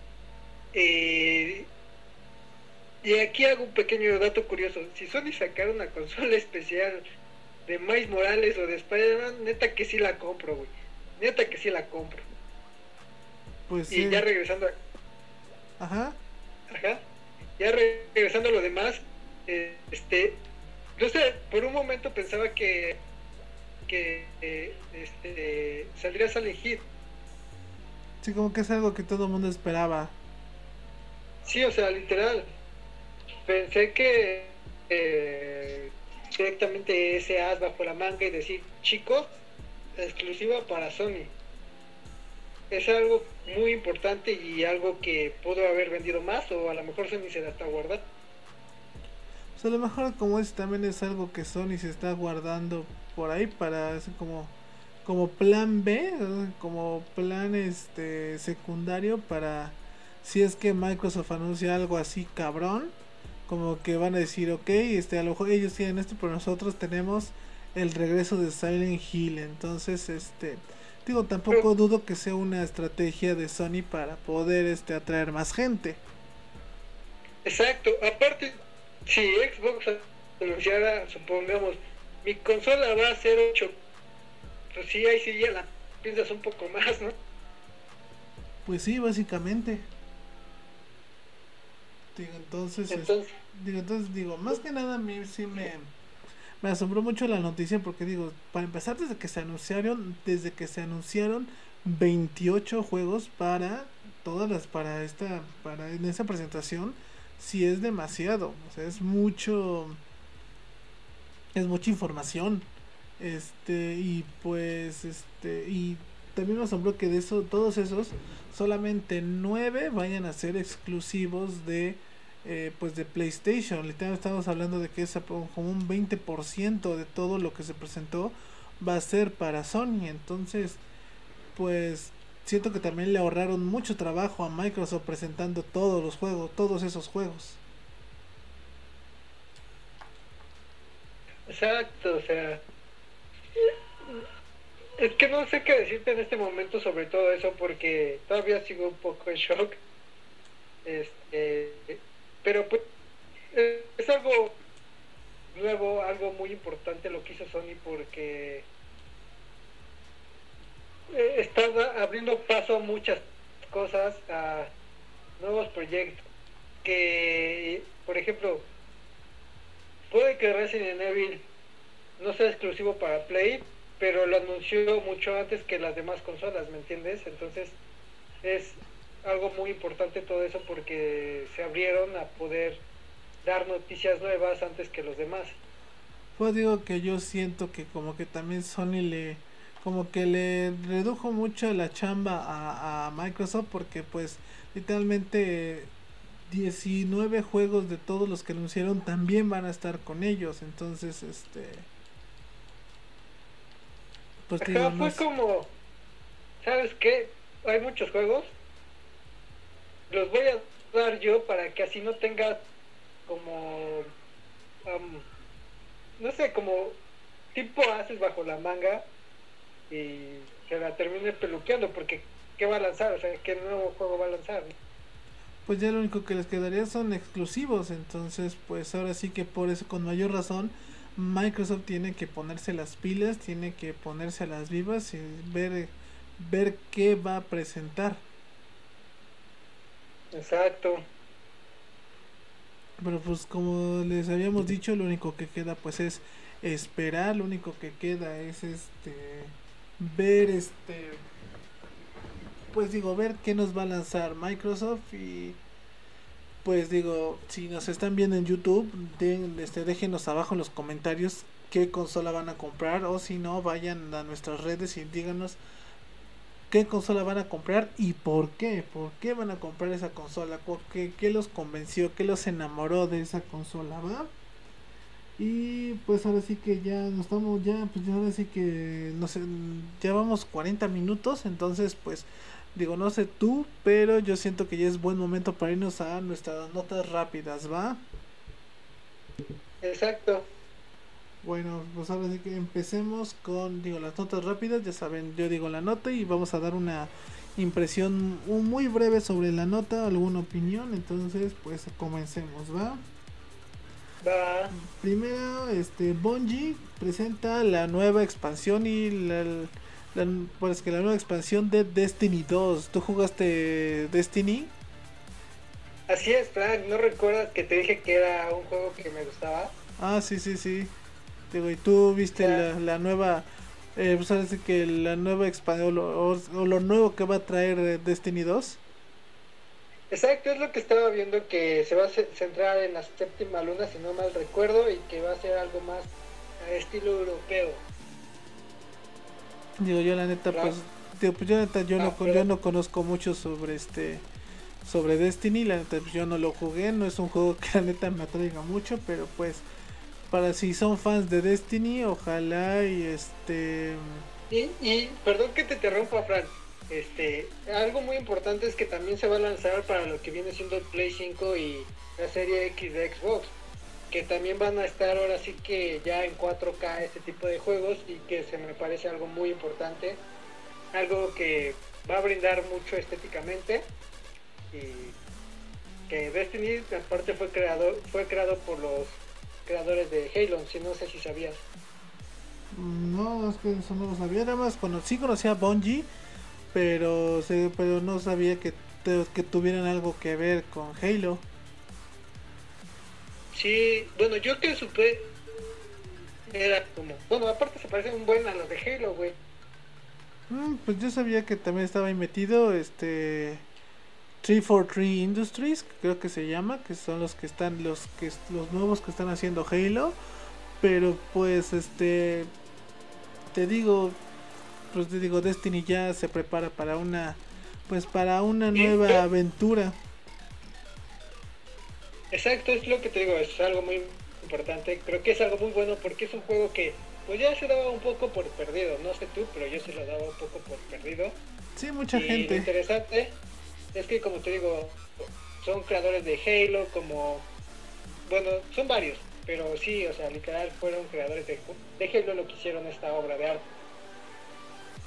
Eh, y aquí hago un pequeño dato curioso, si Sony sacara una consola especial de Miles Morales o de Spider-Man, neta que sí la compro, güey. Neta que sí la compro. Pues Y sí. ya regresando, Ajá. ajá, ya regresando a lo demás, eh, este, no sé, por un momento pensaba que que eh, este, saldría Silent Hill. Sí, como que es algo que todo el mundo esperaba. Sí, o sea, literal. Pensé que eh, directamente ese as bajo la manga y decir, chicos, exclusiva para Sony. Es algo muy importante y algo que pudo haber vendido más o a lo mejor Sony se la está guardando. O sea, a lo mejor como es también es algo que Sony se está guardando por ahí para así como como plan B, ¿no? Como plan este secundario para si es que Microsoft anuncia algo así cabrón, como que van a decir, ok, este a lo mejor ellos tienen esto, pero nosotros tenemos el regreso de Silent Hill. Entonces, este digo, Pero, tampoco dudo que sea una estrategia de Sony para poder este atraer más gente. exacto, aparte, si Xbox anunciara, supongamos, mi consola va a ser ocho, pues sí, ahí sí ya la piensas un poco más, ¿no? Pues sí, básicamente. Digo, entonces, es, Entonces, digo, entonces digo, más que nada a mí sí me, me asombró mucho la noticia, porque digo, para empezar, desde que se anunciaron, desde que se anunciaron veintiocho juegos para todas las, para esta, para en esa presentación, sí es demasiado, o sea, es mucho, es mucha información. Este, y pues, este, y también me asombró que de eso, todos esos, solamente nueve vayan a ser exclusivos de, eh, pues de PlayStation. Literalmente estamos hablando de que es como un veinte por ciento de todo lo que se presentó va a ser para Sony. Entonces, pues siento que también le ahorraron mucho trabajo a Microsoft presentando todos los juegos, todos esos juegos. exacto, o sea, Es que no sé qué decirte en este momento sobre todo eso porque todavía sigo un poco en shock. Este, pero pues eh, es algo nuevo, algo muy importante lo que hizo Sony porque eh, está abriendo paso a muchas cosas, a nuevos proyectos que, por ejemplo, puede que Resident Evil no sea exclusivo para Play, pero lo anunció mucho antes que las demás consolas, ¿me entiendes? Entonces es algo muy importante todo eso porque se abrieron a poder dar noticias nuevas antes que los demás. Pues digo que yo siento que como que también Sony le como que le redujo mucho la chamba a, a Microsoft porque pues literalmente diecinueve juegos de todos los que anunciaron también van a estar con ellos, entonces este pues digo Acá no fue sé. como, ¿sabes qué? Hay muchos juegos, los voy a dar yo para que así no tengas como, um, no sé, como tipo haces bajo la manga y se la termine peluqueando porque ¿qué va a lanzar? O sea, ¿qué nuevo juego va a lanzar? Pues ya lo único que les quedaría son exclusivos, entonces pues ahora sí que por eso con mayor razón Microsoft tiene que ponerse las pilas, tiene que ponerse a las vivas y ver ver qué va a presentar. Exacto. Pero pues como les habíamos dicho, lo único que queda pues es esperar, lo único que queda es este ver este pues digo ver qué nos va a lanzar Microsoft y pues digo, si nos están viendo en YouTube, den, este, déjenos abajo en los comentarios qué consola van a comprar o si no, vayan a nuestras redes y díganos qué consola van a comprar y por qué, por qué van a comprar esa consola, qué, qué los convenció, qué los enamoró de esa consola, ¿va? Y pues ahora sí que ya nos estamos, ya, pues ya ahora sí que, no sé, ya vamos cuarenta minutos, entonces pues digo, no sé tú, pero yo siento que ya es buen momento para irnos a nuestras notas rápidas, ¿va? Exacto. Bueno, pues ahora sí que empecemos con, digo, las notas rápidas, ya saben, yo digo la nota y vamos a dar una impresión muy breve sobre la nota, alguna opinión, entonces pues comencemos, ¿va? Va. Primero, este, Bungie presenta la nueva expansión y la, la, pues que la nueva expansión de Destiny dos. ¿Tú jugaste Destiny? Así es, Frank. ¿No recuerdas que te dije que era un juego que me gustaba? Ah, sí, sí, sí. Digo, ¿y tú viste Ya. la, la nueva, eh, pues ahora sí que la nueva expansión o, o, o lo nuevo que va a traer eh, Destiny dos? Exacto, es lo que estaba viendo que se va a centrar en la séptima luna, si no mal recuerdo, y que va a ser algo más a estilo europeo. Digo, yo la neta, ¿Verdad? pues, digo, pues yo la neta, yo Ah, no, con- yo perdón. no conozco mucho sobre este, sobre Destiny, la neta, pues yo no lo jugué, no es un juego que la neta me atraiga mucho, pero pues, para si son fans de Destiny, ojalá y este, Y, y perdón que te interrumpa, Fran. Este, algo muy importante es que también se va a lanzar para lo que viene siendo el Play cinco y la serie X de Xbox, que también van a estar ahora sí que ya en cuatro K este tipo de juegos y que se me parece algo muy importante, algo que va a brindar mucho estéticamente y que Destiny aparte fue creado, fue creado por los creadores de Halo, si no sé si sabías. no, es que eso no lo sabía, nada más cono sí conocía a Bungie, pero, se, pero no sabía que, te- que tuvieran algo que ver con Halo. Sí, bueno, yo que supe era como, bueno, aparte se parecen un buen a los de Halo, güey. Mm, pues yo sabía que también estaba ahí metido, este, trescientos cuarenta y tres Industries, creo que se llama, que son los que están, los que los nuevos que están haciendo Halo, pero pues este, te digo, pues te digo, Destiny ya se prepara para una, pues para una Y, nueva pe- aventura. exacto, es lo que te digo, es algo muy importante. Creo que es algo muy bueno porque es un juego que pues ya se daba un poco por perdido. No sé tú, pero yo se lo daba un poco por perdido. Sí, mucha Y lo gente. interesante es que, como te digo, son creadores de Halo, como, bueno, son varios, pero sí, o sea, literal fueron creadores de, de Halo lo que hicieron esta obra de arte.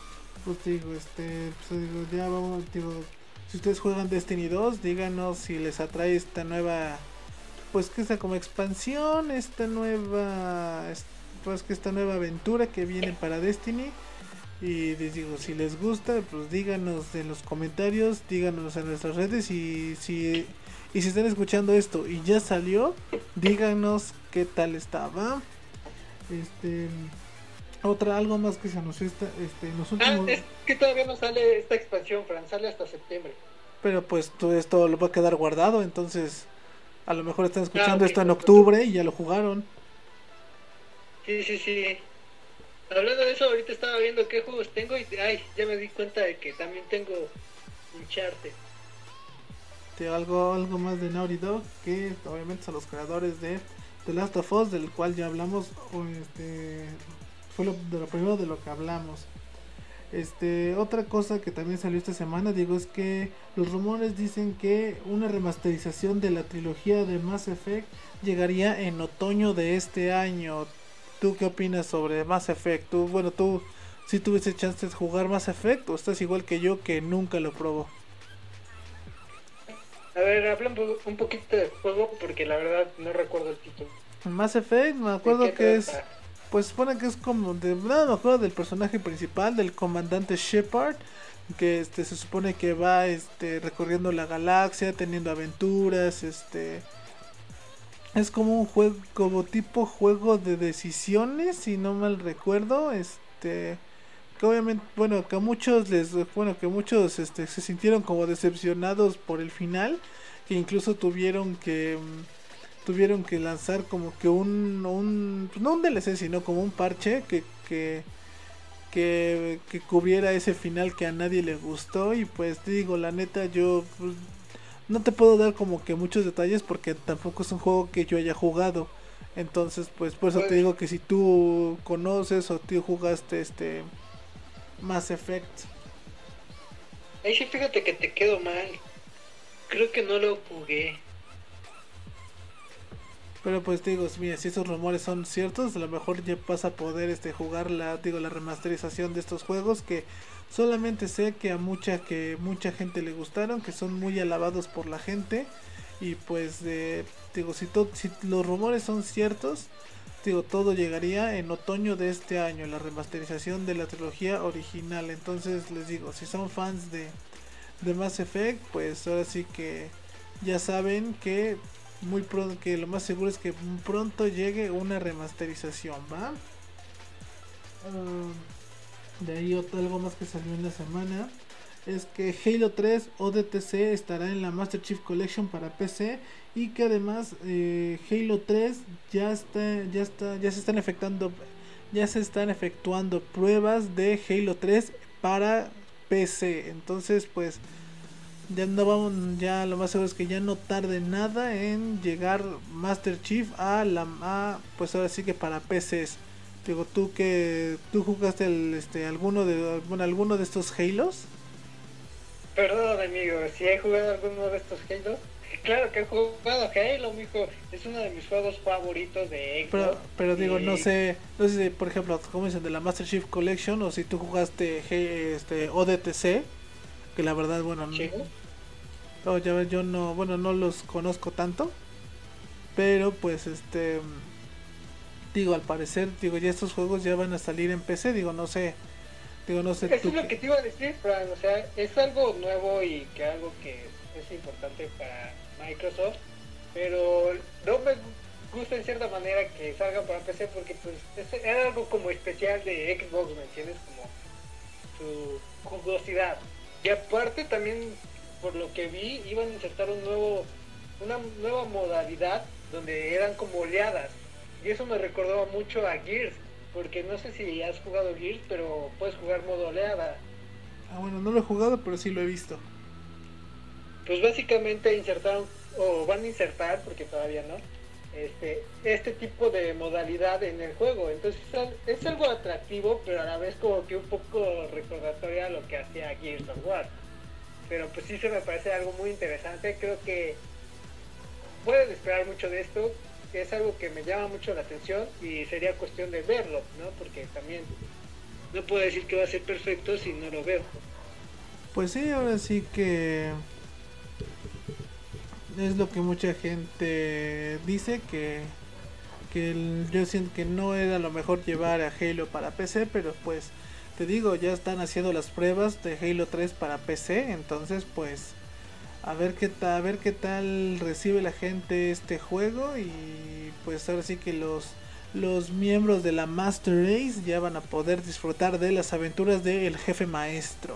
pues digo, este, pues digo, ya vamos, digo, si ustedes juegan Destiny dos, díganos si les atrae esta nueva, pues que está como expansión, esta nueva, pues que esta nueva aventura que viene para Destiny. Y les digo, si les gusta, pues díganos en los comentarios, díganos en nuestras redes y si y si están escuchando esto y ya salió, díganos qué tal estaba. Este, otra algo más que se anunció esta, este, en los últimos. Ah, es que todavía no sale esta expansión, Fran, sale hasta septiembre. Pero pues todo esto lo va a quedar guardado, entonces a lo mejor están Ah, escuchando ok, esto en perfecto. octubre y ya lo jugaron. Sí, sí, sí. Hablando de eso, ahorita estaba viendo qué juegos tengo y ay, ya me di cuenta de que también tengo Uncharted. Este, algo, algo más de Naughty Dog, que obviamente son los creadores de The Last of Us, del cual ya hablamos, o este, fue lo, de lo primero de lo que hablamos. Este, otra cosa que también salió esta semana, digo, es que los rumores dicen que una remasterización de la trilogía de Mass Effect llegaría en otoño de este año. ¿Tú qué opinas sobre Mass Effect? Tú, bueno, tú, si tuviste chance de jugar Mass Effect o estás igual que yo que nunca lo probó. A ver, habla un, po- un poquito del juego porque la verdad no recuerdo el título. Mass Effect, me ¿De acuerdo qué que es, trata? pues supone que es como de, nada, me acuerdo del personaje principal, del comandante Shepard, que este se supone que va este recorriendo la galaxia, teniendo aventuras, este es como un juego, como tipo juego de decisiones, si no mal recuerdo, este que obviamente, bueno, que a muchos les, bueno, que muchos este se sintieron como decepcionados por el final, que incluso tuvieron que mm, tuvieron que lanzar como que un, un pues no un D L C, sino como un parche que, que que, que cubriera ese final que a nadie le gustó. Y pues digo, la neta, yo pues, no te puedo dar como que muchos detalles porque tampoco es un juego que yo haya jugado. Entonces, pues por eso te Pues digo que si tú conoces o tú jugaste este Mass Effect. ahí sí fíjate que te quedo mal. Creo que no lo jugué. Pero pues digo, mira, si esos rumores son ciertos, a lo mejor ya vas a poder este jugar la, digo, la remasterización de estos juegos que solamente sé que a mucha que mucha gente le gustaron, que son muy alabados por la gente. Y pues eh, digo, si to- si los rumores son ciertos, digo, todo llegaría en otoño de este año, la remasterización de la trilogía original. Entonces les digo, si son fans de de Mass Effect, pues ahora sí que ya saben que muy pronto, que lo más seguro es que pronto llegue una remasterización, ¿va? Uh, de ahí otro, algo más que salió en la semana es que Halo tres O D T C estará en la Master Chief Collection para P C y que además eh, Halo tres ya está ya está ya se están efectuando ya se están efectuando pruebas de Halo tres para P C. Entonces, pues ya no vamos, ya lo más seguro es que ya no tarde nada en llegar Master Chief a la a, pues ahora sí que para P Cs. Digo, tú que tú jugaste el este alguno de bueno, alguno de estos Halos. Perdón, amigo, si he jugado alguno de estos Halo. Claro que he jugado Halo, mijo. Es uno de mis juegos favoritos de Pero, Xbox. pero digo, no Y sé, no sé si, por ejemplo, como dicen de la Master Chief Collection o si tú jugaste He- este O D T C, que la verdad, bueno, sí, no, ya ves, yo no, bueno, no los conozco tanto, pero pues este digo, al parecer, digo, ya estos juegos ya van a salir en P C, digo, no sé, digo, no sé eso tú es lo qué- que te iba a decir, Fran. O sea, es algo nuevo y que algo que es importante para Microsoft. Pero no me gusta en cierta manera que salga para P C porque pues es, era algo como especial de Xbox, ¿me entiendes? Como su jugosidad. Y aparte también, por lo que vi, iban a insertar un nuevo, una nueva modalidad donde eran como oleadas. Y eso me recordaba mucho a Gears, porque no sé si has jugado Gears, pero puedes jugar modo oleada. Ah, bueno, no lo he jugado, pero sí lo he visto. Pues básicamente insertaron, o van a insertar, porque todavía no, este, este tipo de modalidad en el juego. Entonces es algo atractivo, pero a la vez como que un poco recordatorio a lo que hacía Gears of War. Pero pues sí se me parece algo muy interesante. Creo que pueden esperar mucho de esto. Es algo que me llama mucho la atención y sería cuestión de verlo, ¿no? Porque también no puedo decir que va a ser perfecto si no lo veo. Pues sí, ahora sí que es lo que mucha gente dice, que, que el, yo siento que no era lo mejor llevar a Halo para P C, pero pues te digo, ya están haciendo las pruebas de Halo tres para P C, entonces pues a ver qué tal, a ver qué tal recibe la gente este juego, y pues ahora sí que los los miembros de la Master Race ya van a poder disfrutar de las aventuras del jefe maestro.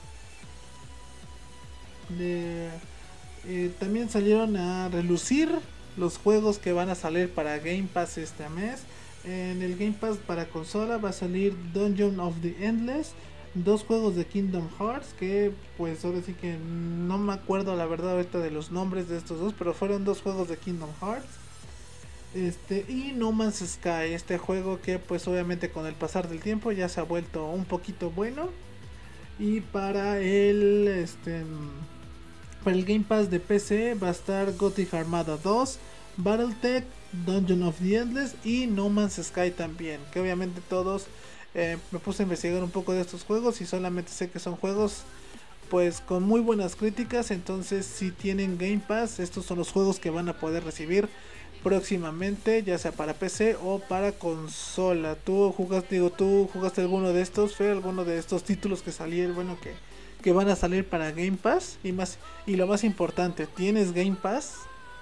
De, eh, también salieron a relucir los juegos que van a salir para Game Pass este mes. En el Game Pass para consola va a salir Dungeon of the Endless, dos juegos de Kingdom Hearts, que pues ahora sí que no me acuerdo la verdad ahorita de los nombres de estos dos, pero fueron dos juegos de Kingdom Hearts. Este, y No Man's Sky, este juego que pues obviamente con el pasar del tiempo ya se ha vuelto un poquito bueno. Y para el este para el Game Pass de P C va a estar Gothic Armada dos, Battletech, Dungeon of the Endless y No Man's Sky también, que obviamente todos eh, me puse a investigar un poco de estos juegos y solamente sé que son juegos pues con muy buenas críticas. Entonces si tienen Game Pass, estos son los juegos que van a poder recibir próximamente, ya sea para P C o para consola. ¿Tú jugaste, digo, tú jugaste alguno de estos? ¿Fue alguno de estos títulos que salieron, bueno, que, que van a salir para Game Pass? Y más, y lo más importante, ¿tienes Game Pass?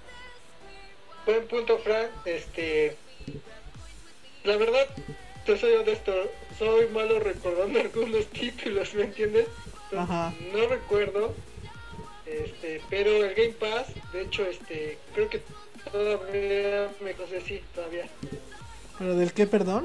Buen punto, Frank. Este, la verdad, te soy honesto, soy malo recordando algunos títulos, ¿me entiendes? Entonces, Ajá. no recuerdo, este, pero el Game Pass, de hecho, este, creo que todavía me conoce, sí, todavía. ¿Pero del qué, perdón?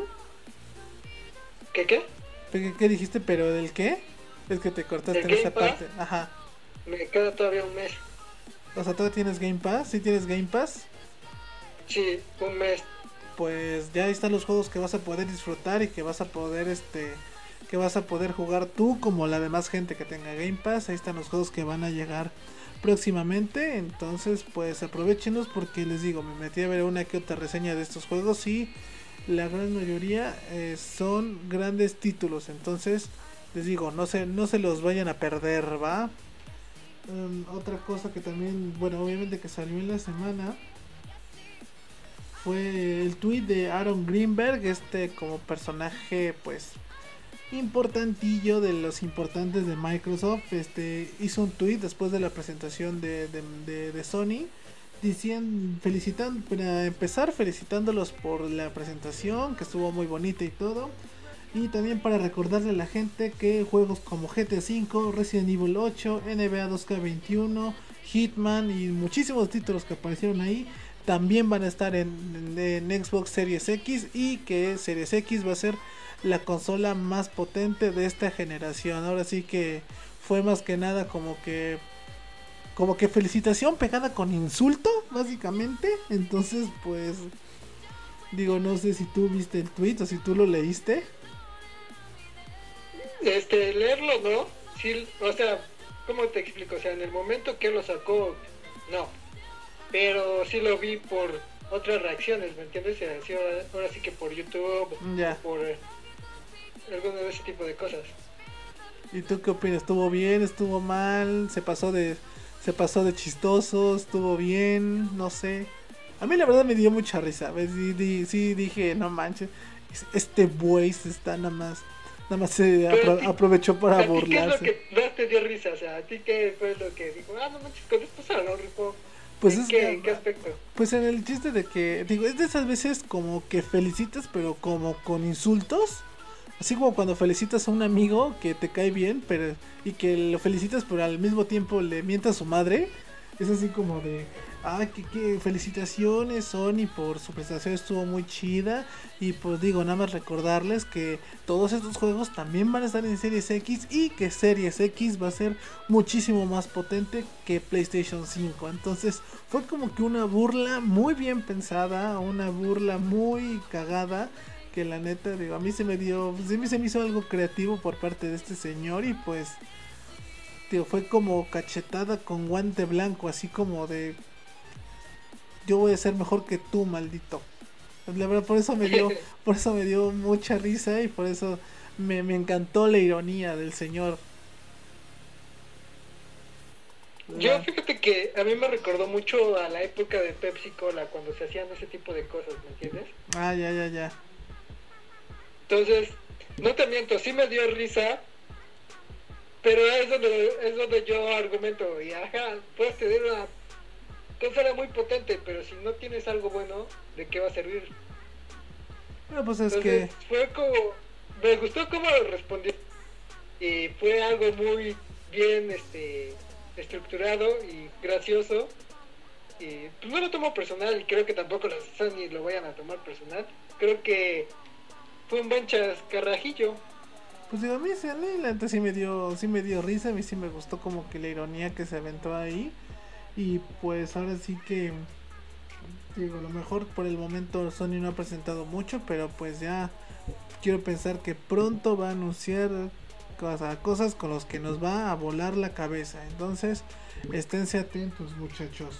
¿Qué qué? ¿Qué, qué dijiste? ¿Pero del qué? Es que te cortaste en esa parte. Ajá. Me queda todavía un mes. O sea, ¿todavía tienes Game Pass? ¿Sí tienes Game Pass? Sí, un mes. Pues ya ahí están los juegos que vas a poder disfrutar y que vas a poder este que vas a poder jugar tú como la demás gente que tenga Game Pass. Ahí están los juegos que van a llegar próximamente, entonces pues aprovechenos, porque les digo, me metí a ver una que otra reseña de estos juegos y la gran mayoría eh, son grandes títulos, entonces les digo, no se, no se los vayan a perder, ¿va? Um, otra cosa que también, bueno, obviamente que salió en la semana fue el tweet de Aaron Greenberg, este como personaje pues importantillo de los importantes de Microsoft. Este hizo un tweet después de la presentación de, de, de, de Sony, diciendo, felicitando, para empezar felicitándolos por la presentación, que estuvo muy bonita y todo, y también para recordarle a la gente que juegos como G T A cinco, Resident Evil ocho, N B A dos K veintiuno, Hitman y muchísimos títulos que aparecieron ahí también van a estar en, en, en Xbox Series X, y que Series X va a ser la consola más potente de esta generación. Ahora sí que fue más que nada como que como que felicitación pegada con insulto, básicamente. Entonces pues digo, no sé si tú viste el tweet o si tú lo leíste. Este, leerlo, ¿no? Sí, o sea, ¿cómo te explico? O sea, en el momento que lo sacó, no, pero sí lo vi por otras reacciones, ¿me entiendes? Así, ahora, ahora sí que por YouTube, ya, por eh, alguno de ese tipo de cosas. ¿Y tú qué opinas? ¿Estuvo bien? ¿Estuvo mal? ¿Se pasó de se pasó de chistoso? ¿Estuvo bien? No sé. A mí la verdad me dio mucha risa. Sí, di, sí dije, no manches, este güey se está nada más nada más se apro ti, aprovechó para ¿a burlarse. ¿Qué es lo que más te dio risa? O sea, ¿a ti qué fue lo que dijo? Ah, no manches, con esto se lo rifó. Pues ¿En, es qué, que, ¿En qué aspecto? Pues en el chiste de que, digo, es de esas veces como que felicitas, pero como con insultos. Así como cuando felicitas a un amigo que te cae bien, pero y que lo felicitas, pero al mismo tiempo le mienta a su madre. Es así como de, ah, que, que felicitaciones Sony por su presentación, estuvo muy chida. Y pues digo, nada más recordarles que todos estos juegos también van a estar en Series X, y que Series X va a ser muchísimo más potente que PlayStation cinco. Entonces fue como que una burla muy bien pensada, una burla muy cagada, que la neta, digo, a mí se me dio, sí me se me hizo algo creativo por parte de este señor. Y pues tío, fue como cachetada con guante blanco, así como de, yo voy a ser mejor que tú, maldito. La verdad, por eso me dio, por eso me dio mucha risa, y por eso me, me encantó la ironía del señor. Yo fíjate que a mí me recordó mucho a la época de Pepsi Cola, cuando se hacían ese tipo de cosas, ¿me entiendes? Ah, ya, ya, ya. Entonces, no te miento, sí me dio risa, pero es donde, es donde yo argumento, y ajá, puedes tener una consola muy potente, pero si no tienes algo bueno, ¿de qué va a servir? Bueno, pues es Entonces, que... fue como, me gustó cómo respondió, y fue algo muy bien, este... estructurado y gracioso, y pues no lo tomo personal, y creo que tampoco los Sony lo vayan a tomar personal. Creo que fue un buen chascarrajillo. Pues digo, a mí, sí, a mí la neta sí me dio, sí me dio risa, a mí sí me gustó como que la ironía que se aventó ahí. Y pues ahora sí que, digo, a lo mejor por el momento Sony no ha presentado mucho, pero pues ya quiero pensar que pronto va a anunciar cosas, cosas con los que nos va a volar la cabeza. Entonces, esténse atentos, muchachos.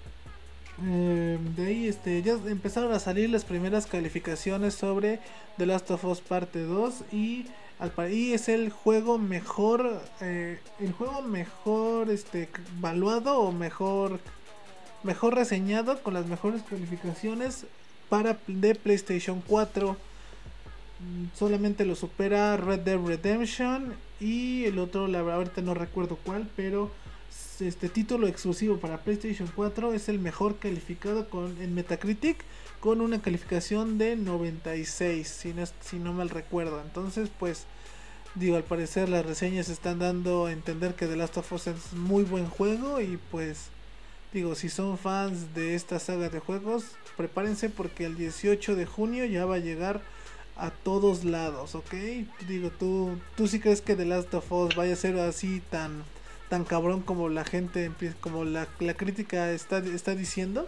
Eh, de ahí este, ya empezaron a salir las primeras calificaciones sobre The Last of Us Parte dos y al y es el juego mejor eh, el juego mejor este valuado o mejor mejor reseñado con las mejores calificaciones para de PlayStation cuatro. Solamente lo supera Red Dead Redemption y el otro, la verdad ahorita no recuerdo cuál, pero este título exclusivo para PlayStation cuatro es el mejor calificado con en Metacritic con una calificación de noventa y seis, si no, si no mal recuerdo. Entonces, pues digo, al parecer las reseñas están dando a entender que The Last of Us es muy buen juego y pues digo, si son fans de esta saga de juegos, prepárense porque el dieciocho de junio ya va a llegar a todos lados, ¿ok? Digo, ¿tú, tú sí crees que The Last of Us vaya a ser así tan tan cabrón como la gente, como la, la crítica está, está diciendo?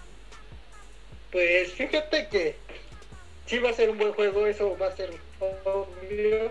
Pues fíjate que sí va a ser un buen juego, eso va a ser obvio.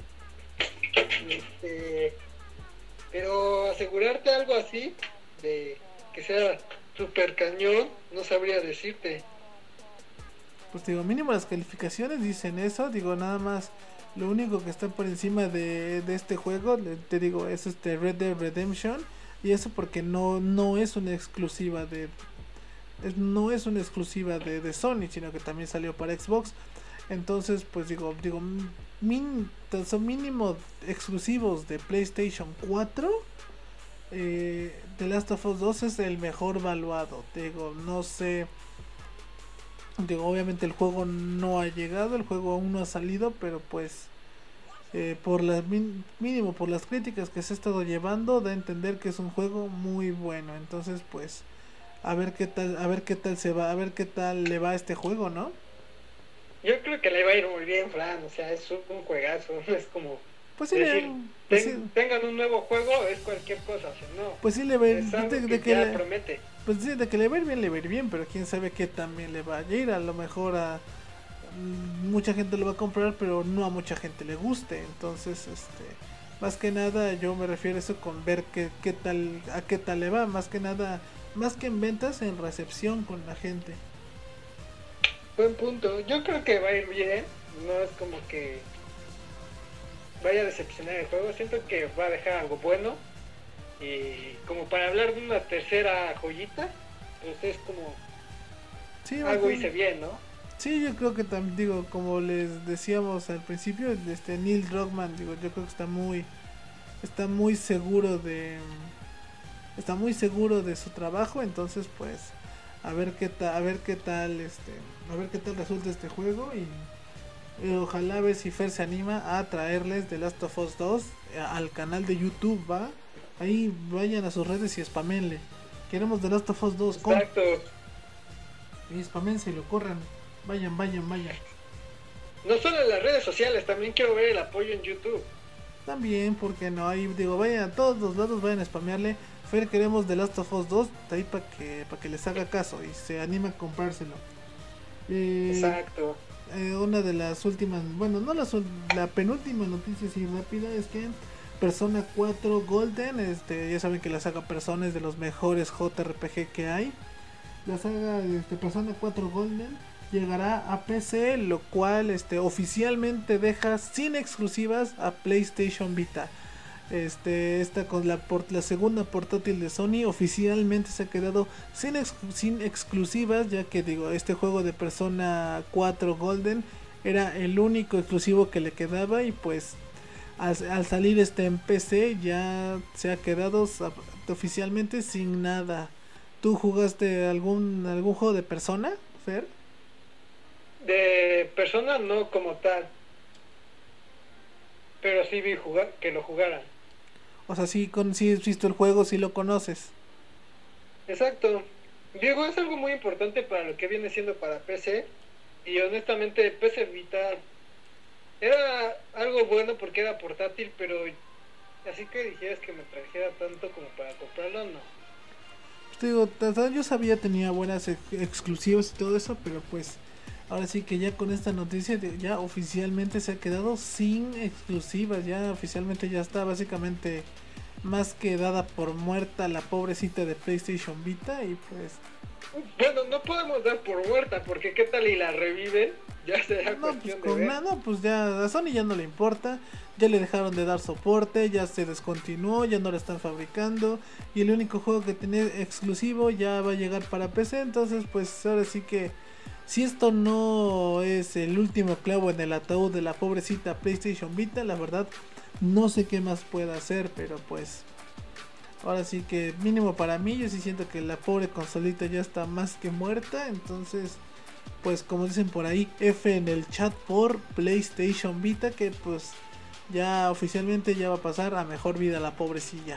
Este, pero asegurarte algo así, de que sea super cañón, no sabría decirte. Pues digo, mínimo las calificaciones dicen eso, digo, nada más. Lo único que está por encima de, de este juego, te digo, es este Red Dead Redemption. Y eso porque no, no es una exclusiva de. Es, no es una exclusiva de, de Sony, sino que también salió para Xbox. Entonces, pues digo, digo, min, son mínimo exclusivos de PlayStation cuatro. Eh, The Last of Us dos es el mejor valuado. Digo, no sé. Digo, obviamente el juego no ha llegado, el juego aún no ha salido, pero pues eh, por las mínimo por las críticas que se ha estado llevando da a entender que es un juego muy bueno. Entonces, pues a ver qué tal, a ver qué tal se va, a ver qué tal le va a este juego, ¿no? Yo creo que le va a ir muy bien, Fran, o sea, es un juegazo, es como pues sí, decir, le, pues ten, sí, tengan un nuevo juego, es cualquier cosa, o sea, no. Pues sí le va a ir, es algo de, que de que ya le, promete. Pues sí, de que le va a ir bien, le va a ir bien, pero quién sabe qué también le va a ir. A lo mejor a mucha gente lo va a comprar, pero no a mucha gente le guste. Entonces, este, más que nada yo me refiero a eso con ver qué, qué tal, a qué tal le va. Más que nada, más que en ventas, en recepción con la gente. Buen punto. Yo creo que va a ir bien. No es como que vaya a decepcionar el juego. Siento que va a dejar algo bueno. Y como para hablar de una tercera joyita, pues es como sí, algo okay. hice bien, ¿no? Sí, yo creo que también, digo, como les decíamos al principio, este Neil Druckmann, digo, yo creo que está muy, está muy seguro de, está muy seguro de su trabajo. Entonces, pues, a ver qué tal, a ver qué tal, este, a ver qué tal resulta este juego y, y ojalá a ver si Fer se anima a traerles The Last of Us dos al canal de YouTube, ¿va? Ahí vayan a sus redes y spamenle. Queremos The Last of Us dos. Exacto. Y spamense y lo corran. Vayan, vayan, vayan. No solo en las redes sociales, también quiero ver el apoyo en YouTube. También, porque no, ahí digo, vayan a todos los lados, vayan a spamearle. Fer, queremos The Last of Us dos, ahí para que, para que les haga caso y se anime a comprárselo. Eh, Exacto. Eh, una de las últimas, bueno, no la, la penúltima noticia así rápida es que Persona cuatro Golden, este, ya saben que la saga Persona es de los mejores J R P G que hay. La saga este, Persona cuatro Golden llegará a P C, lo cual este, oficialmente deja sin exclusivas a PlayStation Vita. Este, esta con la, por, la segunda portátil de Sony oficialmente se ha quedado sin, ex, sin exclusivas, ya que digo, este juego de Persona cuatro Golden era el único exclusivo que le quedaba y pues al, al salir este en P C ya se ha quedado oficialmente sin nada. ¿Tú jugaste algún algún juego de Persona, Fer? De Persona no como tal, pero sí vi jugar que lo jugaran. O sea, sí, con, sí has visto el juego, sí lo conoces. Exacto. Digo, es algo muy importante para lo que viene siendo para P C. Y honestamente, P C Vita era algo bueno porque era portátil, pero así que dijeras que me trajera tanto como para comprarlo, no. Pues te digo, yo sabía tenía buenas ex exclusivas y todo eso, pero pues ahora sí que ya con esta noticia ya oficialmente se ha quedado sin exclusivas, ya oficialmente ya está básicamente más que dada por muerta la pobrecita de PlayStation Vita y pues... Bueno, no podemos dar por muerta porque qué tal y la reviven, ya será no, cuestión pues, de ver. Nada, pues ya a Sony ya no le importa, ya le dejaron de dar soporte, ya se descontinuó, ya no la están fabricando y el único juego que tenía exclusivo ya va a llegar para P C, entonces pues ahora sí que si esto no es el último clavo en el ataúd de la pobrecita PlayStation Vita, la verdad no sé qué más pueda hacer, pero pues ahora sí que mínimo para mí yo sí siento que la pobre consolita ya está más que muerta, entonces pues como dicen por ahí, F en el chat por PlayStation Vita, que pues ya oficialmente ya va a pasar a mejor vida la pobrecilla.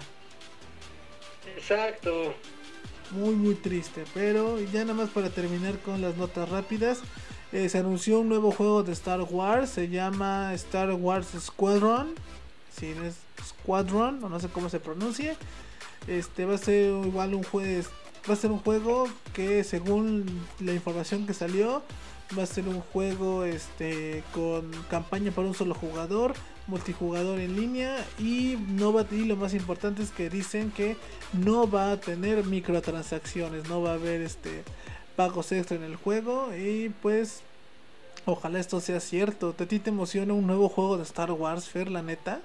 Exacto. Muy muy triste, pero ya nada más para terminar con las notas rápidas, eh, se anunció un nuevo juego de Star Wars, se llama Star Wars Squadron, si no es Squadron o no sé cómo se pronuncie. Este va a ser igual un juego, va a ser un juego que según la información que salió va a ser un juego este con campaña para un solo jugador, multijugador en línea y no va, y lo más importante es que dicen que no va a tener microtransacciones, no va a haber este pagos extra en el juego y pues ojalá esto sea cierto. ¿A ti te emociona un nuevo juego de Star Wars, Fer, la neta?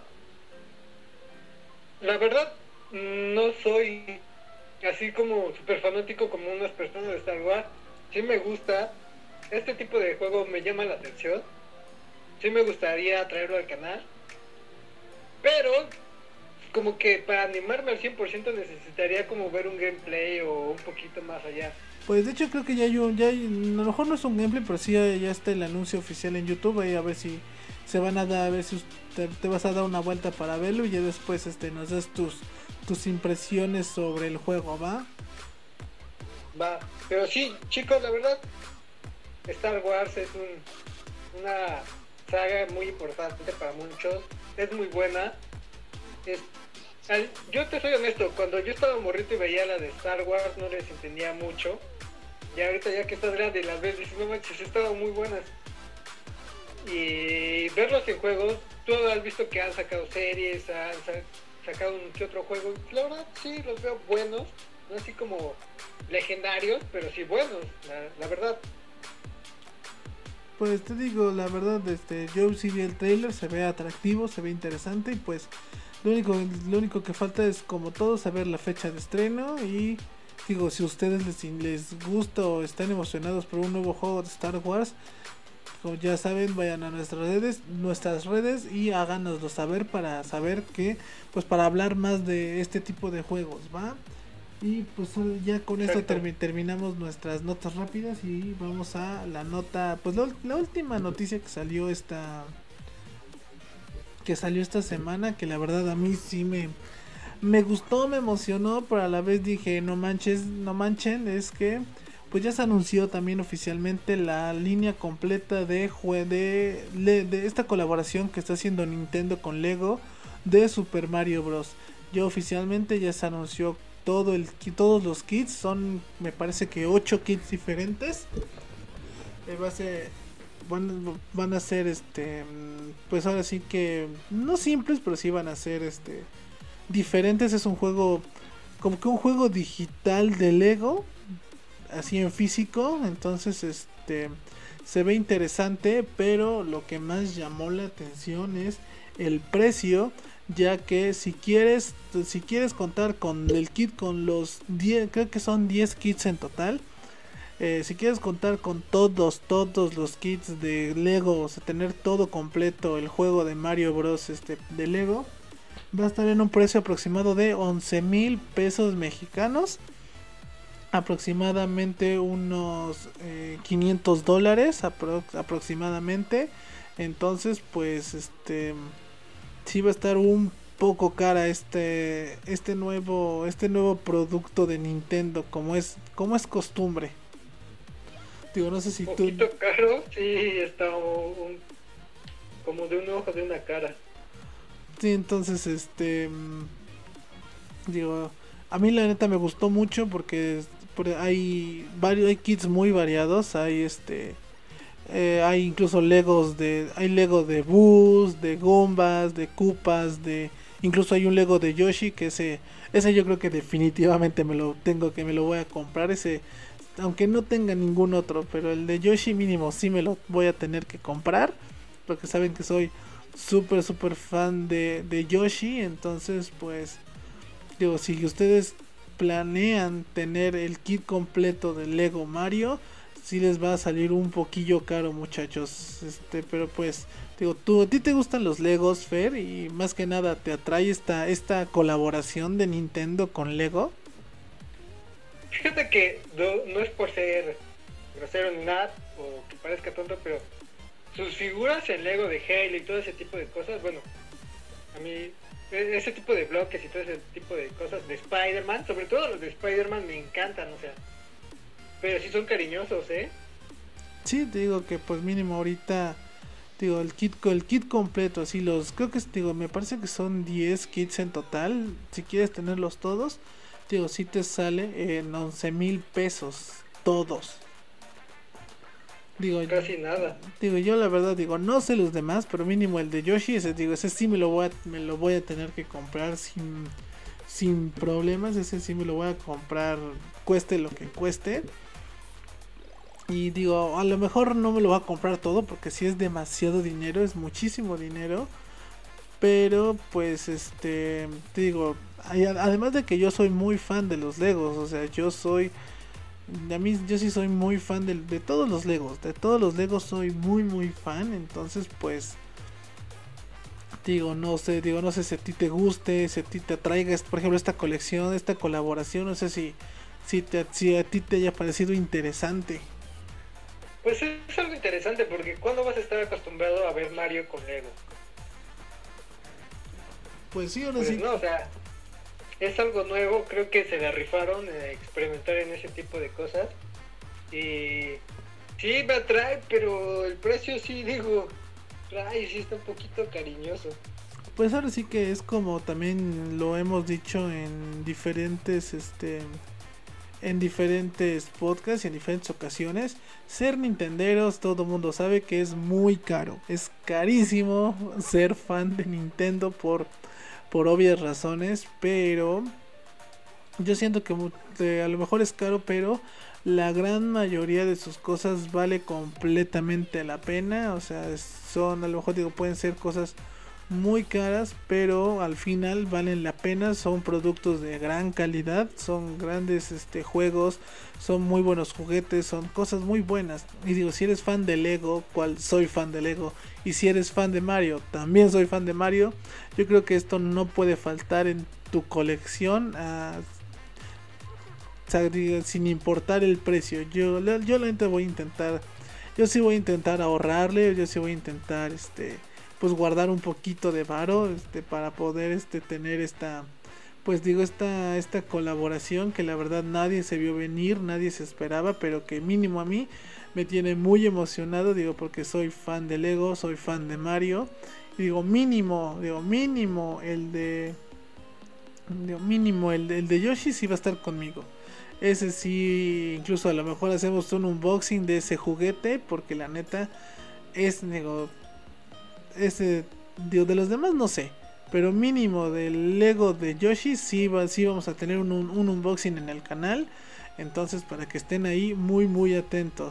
La verdad no soy así como super fanático como unas personas de Star Wars. Sí me gusta este tipo de juego, me llama la atención, sí me gustaría traerlo al canal, pero como que para animarme al cien por ciento necesitaría como ver un gameplay o un poquito más allá. Pues de hecho creo que ya hay un, ya hay, a lo mejor no es un gameplay, pero sí ya, ya está el anuncio oficial en YouTube, ahí a ver si se van a dar, a ver si te, te vas a dar una vuelta para verlo y ya después este nos das tus tus impresiones sobre el juego, ¿va? Va, pero sí, chicos, la verdad Star Wars es un, una saga muy importante para muchos, es muy buena. Es, al, yo te soy honesto, cuando yo estaba morrito y veía la de Star Wars no les entendía mucho. Y ahorita ya que estás grande y las ves, dices, no manches, estaban muy buenas. Y verlos en juegos, tú has visto que han sacado series, han sacado un que otro juego. La verdad sí, los veo buenos, no así como legendarios, pero sí buenos, la, la verdad. Pues te digo, la verdad, este, yo sí vi el trailer, se ve atractivo, se ve interesante y pues lo único, lo único que falta es como todo saber la fecha de estreno y digo, si a ustedes les, les gusta o están emocionados por un nuevo juego de Star Wars, como ya saben, vayan a nuestras redes, nuestras redes y háganoslo saber para saber que, pues para hablar más de este tipo de juegos, ¿va? Y pues ya con esto termi terminamos nuestras notas rápidas y vamos a la nota, pues la, la última noticia que salió esta que salió esta semana, que la verdad a mí sí me me gustó, me emocionó, pero a la vez dije, no manches, no manchen, es que pues ya se anunció también oficialmente la línea completa de jue de, de, de esta colaboración que está haciendo Nintendo con Lego de Super Mario Bros. Ya oficialmente ya se anunció todo el todos los kits, son me parece que ocho kits diferentes. Eh, va a ser, van, van a ser este pues ahora sí que no simples, pero sí van a ser este diferentes. Es un juego como que un juego digital de Lego, así en físico. Entonces este se ve interesante, pero lo que más llamó la atención es el precio, ya que si quieres si quieres contar con el kit, con los diez, creo que son diez kits en total, eh, si quieres contar con todos todos los kits de Lego, o sea, tener todo completo el juego de Mario Bros este de Lego, va a estar en un precio aproximado de once mil pesos mexicanos, aproximadamente unos eh, quinientos dólares apro aproximadamente. Entonces pues este sí va a estar un poco cara este este nuevo este nuevo producto de Nintendo, como es como es costumbre. Digo, no sé si un tú... poquito caro, sí, está un, un, como de un ojo de una cara. Sí, entonces este digo, a mí la neta me gustó mucho porque hay varios, hay kits muy variados, hay este eh, hay incluso Legos de hay Lego de Buzz, de Goombas, de Koopas, de incluso hay un Lego de Yoshi, que ese ese yo creo que definitivamente me lo tengo que me lo voy a comprar, ese, aunque no tenga ningún otro, pero el de Yoshi mínimo sí me lo voy a tener que comprar, porque saben que soy súper súper fan de, de Yoshi. Entonces pues digo, si ustedes planean tener el kit completo de Lego Mario, si les va a salir un poquillo caro, muchachos, este pero pues digo, tú, a ti te gustan los Legos, Fer, y más que nada te atrae esta esta colaboración de Nintendo con Lego. Fíjate que no, no es por ser grosero ni nada, o que parezca tonto, pero sus figuras en Lego de Halo y todo ese tipo de cosas, bueno, a mí ese tipo de bloques y todo ese tipo de cosas de Spider-Man, sobre todo los de Spider-Man, me encantan, o sea, pero sí son cariñosos, ¿eh? Sí, te digo que pues mínimo ahorita, digo, el kit el kit completo, así los, creo que digo, me parece que son diez kits en total, si quieres tenerlos todos, digo, si te sale en once mil pesos todos. Digo, casi nada. Digo, yo la verdad digo, no sé los demás, pero mínimo el de Yoshi, ese digo, ese sí me lo voy a, me lo voy a tener que comprar sin sin problemas, ese sí me lo voy a comprar cueste lo que cueste. Y digo, a lo mejor no me lo voy a comprar todo porque si es demasiado dinero, es muchísimo dinero. Pero pues este, te digo, además de que yo soy muy fan de los Legos, o sea, yo soy, a mí yo sí soy muy fan de, de todos los Legos, de todos los Legos soy muy muy fan. Entonces pues digo, no sé, digo, no sé si a ti te guste, si a ti te atraiga, por ejemplo, esta colección, esta colaboración, no sé si si, te, si a ti te haya parecido interesante. Pues es algo interesante porque ¿cuándo vas a estar acostumbrado a ver Mario con Lego? Pues sí, ahora pues sí. No, o sea, es algo nuevo, creo que se la rifaron a experimentar en ese tipo de cosas. Y sí me atrae, pero el precio sí, digo, ay, sí está un poquito cariñoso. Pues ahora sí que es como también lo hemos dicho en diferentes este en diferentes podcasts y en diferentes ocasiones, ser nintenderos, todo el mundo sabe que es muy caro, es carísimo ser fan de Nintendo por por obvias razones, pero yo siento que eh, a lo mejor es caro, pero la gran mayoría de sus cosas vale completamente la pena. O sea, son, a lo mejor digo, pueden ser cosas muy caras, pero al final valen la pena. Son productos de gran calidad, son grandes este juegos, son muy buenos juguetes, son cosas muy buenas. Y digo, si eres fan de Lego, cual soy fan de Lego, y si eres fan de Mario, también soy fan de Mario, yo creo que esto no puede faltar en tu colección, uh, o sea, digo, sin importar el precio. Yo, yo la neta voy a intentar, yo sí voy a intentar ahorrarle, yo sí voy a intentar este pues guardar un poquito de varo este para poder este tener esta pues digo esta esta colaboración que la verdad nadie se vio venir, nadie se esperaba, pero que mínimo a mí me tiene muy emocionado, digo, porque soy fan de Lego, soy fan de Mario, y digo mínimo, digo mínimo el de digo mínimo el de, el de Yoshi sí va a estar conmigo. Ese sí, incluso a lo mejor hacemos un unboxing de ese juguete, porque la neta es, digo, ese, digo, de los demás no sé, pero mínimo del Lego de Yoshi sí, va, sí vamos a tener un, un, un unboxing en el canal. Entonces para que estén ahí muy muy atentos.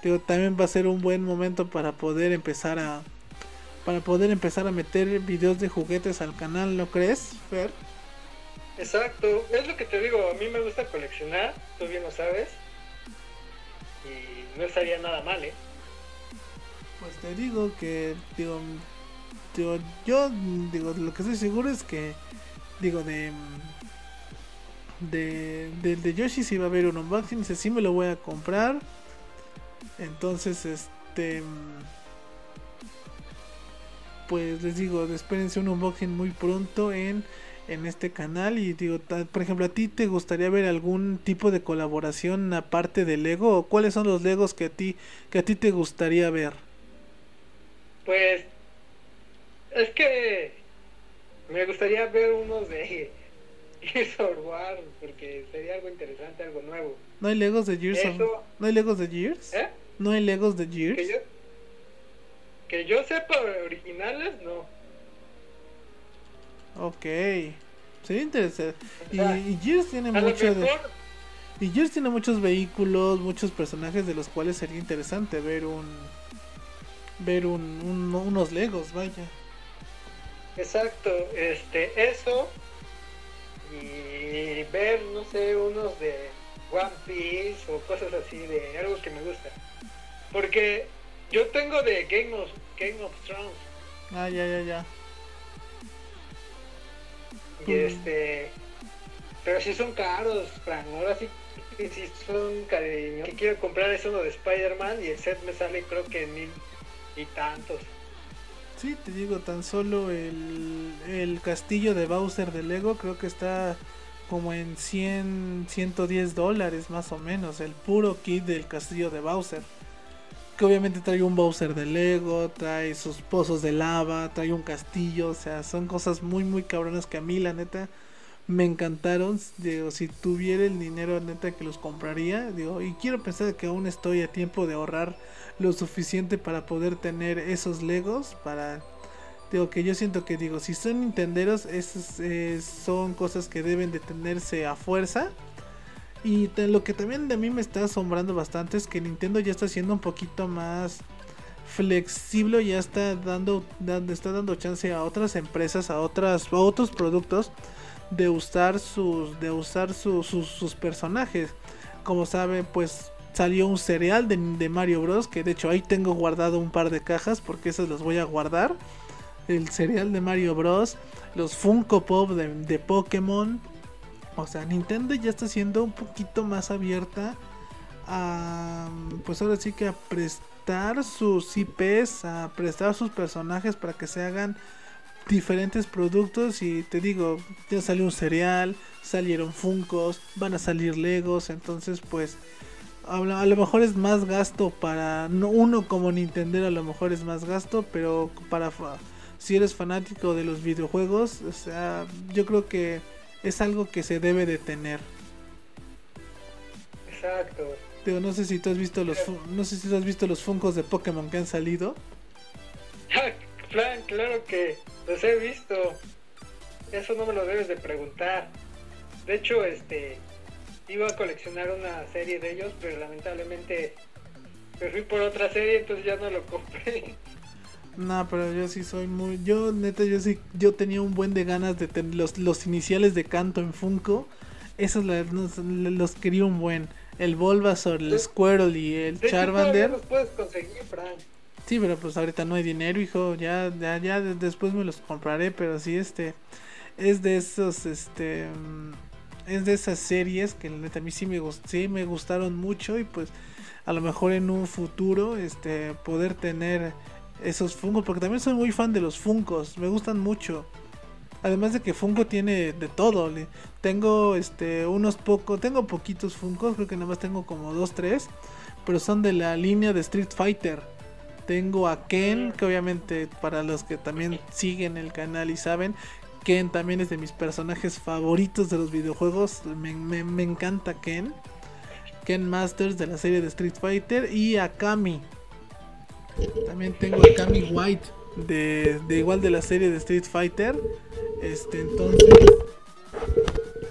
digo, también va a ser un buen momento para poder empezar a para poder empezar a meter videos de juguetes al canal, ¿no crees, Fer? Exacto, es lo que te digo, a mí me gusta coleccionar, tú bien lo sabes, y no estaría nada mal, ¿eh? Pues te digo que, digo, digo yo, digo, lo que estoy seguro es que, digo, de, de, de, de Yoshi si va a haber un unboxing, dice, sí me lo voy a comprar, entonces, este, pues les digo, espérense un unboxing muy pronto en... en este canal. Y digo, por ejemplo, ¿a ti te gustaría ver algún tipo de colaboración aparte de Lego? ¿O cuáles son los Legos que a ti que a ti te gustaría ver? Pues es que me gustaría ver unos de Gears of War, porque sería algo interesante, algo nuevo. ¿No hay Legos de Gears? Eso... Of... ¿No hay Legos de Gears? ¿Eh? ¿No hay Legos de Gears? Que yo, que yo sepa originales, no. Ok, sería interesante. Y, O sea, y Gears tiene mucho de... Y Gears tiene muchos vehículos, muchos personajes de los cuales sería interesante ver un... Ver un, un unos Legos, vaya. Exacto, este, eso. Y ver, no sé, unos de One Piece o cosas así, de algo que me gusta. Porque yo tengo de Game of, Game of Thrones. Ah, ya, ya, ya. Y este, pero si son caros, Frank, ahora sí, si son cariñosos. Que quiero comprar es uno de Spider-Man y el set me sale creo que en mil y tantos. Sí, te digo, tan solo el, el castillo de Bowser de Lego creo que está como en cien, ciento diez dólares más o menos, el puro kit del castillo de Bowser. Que obviamente trae un Bowser de Lego, trae sus pozos de lava, trae un castillo, o sea, son cosas muy muy cabronas que a mí la neta me encantaron. Digo, si tuviera el dinero neta que los compraría, digo, y quiero pensar que aún estoy a tiempo de ahorrar lo suficiente para poder tener esos Legos, para, digo, que yo siento que, digo, si son nintenderos, esas eh, son cosas que deben de tenerse a fuerza. Y te, lo que también de mí me está asombrando bastante es que Nintendo ya está siendo un poquito más flexible, ya está dando, dando está dando chance a otras empresas, a otras a otros productos de usar sus de usar su, sus, sus personajes. Como saben, pues salió un cereal de, de Mario Bros, que de hecho ahí tengo guardado un par de cajas porque esas las voy a guardar. El cereal de Mario Bros, los Funko Pop de, de Pokémon. O sea, Nintendo ya está siendo un poquito más abierta a, pues ahora sí que a prestar sus I Pes, a prestar sus personajes para que se hagan diferentes productos. Y te digo, ya salió un cereal, salieron Funkos, van a salir Legos, entonces pues a lo mejor es más gasto para no, uno como Nintendo, a lo mejor es más gasto, pero para si eres fanático de los videojuegos, o sea, yo creo que es algo que se debe de tener. Exacto. Digo, no sé si tú has visto los no sé si tú has visto los Funkos de Pokémon que han salido. Flan, claro que los he visto. Eso no me lo debes de preguntar. De hecho, este iba a coleccionar una serie de ellos, pero lamentablemente me fui por otra serie, entonces ya no lo compré. No, pero yo sí soy muy... Yo, neta, yo sí... Yo tenía un buen de ganas de tener los, los iniciales de Kanto en Funko. Esos la, los, los quería un buen. El Bulbasaur, el Squirtle y el de Charmander. Los puedes conseguir, Frank. Sí, pero pues ahorita no hay dinero, hijo. Ya, ya, ya después me los compraré. Pero sí, este... Es de esos, este... Es de esas series que la neta a mí sí me, gust, sí me gustaron mucho. Y pues a lo mejor en un futuro, este... Poder tener... esos Funkos, porque también soy muy fan de los Funkos, me gustan mucho. Además de que Funko tiene de todo. Tengo este unos pocos, tengo poquitos Funkos, creo que nada más tengo como dos, tres, pero son de la línea de Street Fighter. Tengo a Ken, que obviamente para los que también siguen el canal y saben, Ken también es de mis personajes favoritos de los videojuegos. Me, me, me encanta Ken. Ken Masters de la serie de Street Fighter, y a Kami. También tengo a Kami White de, de igual de la serie de Street Fighter. Este, entonces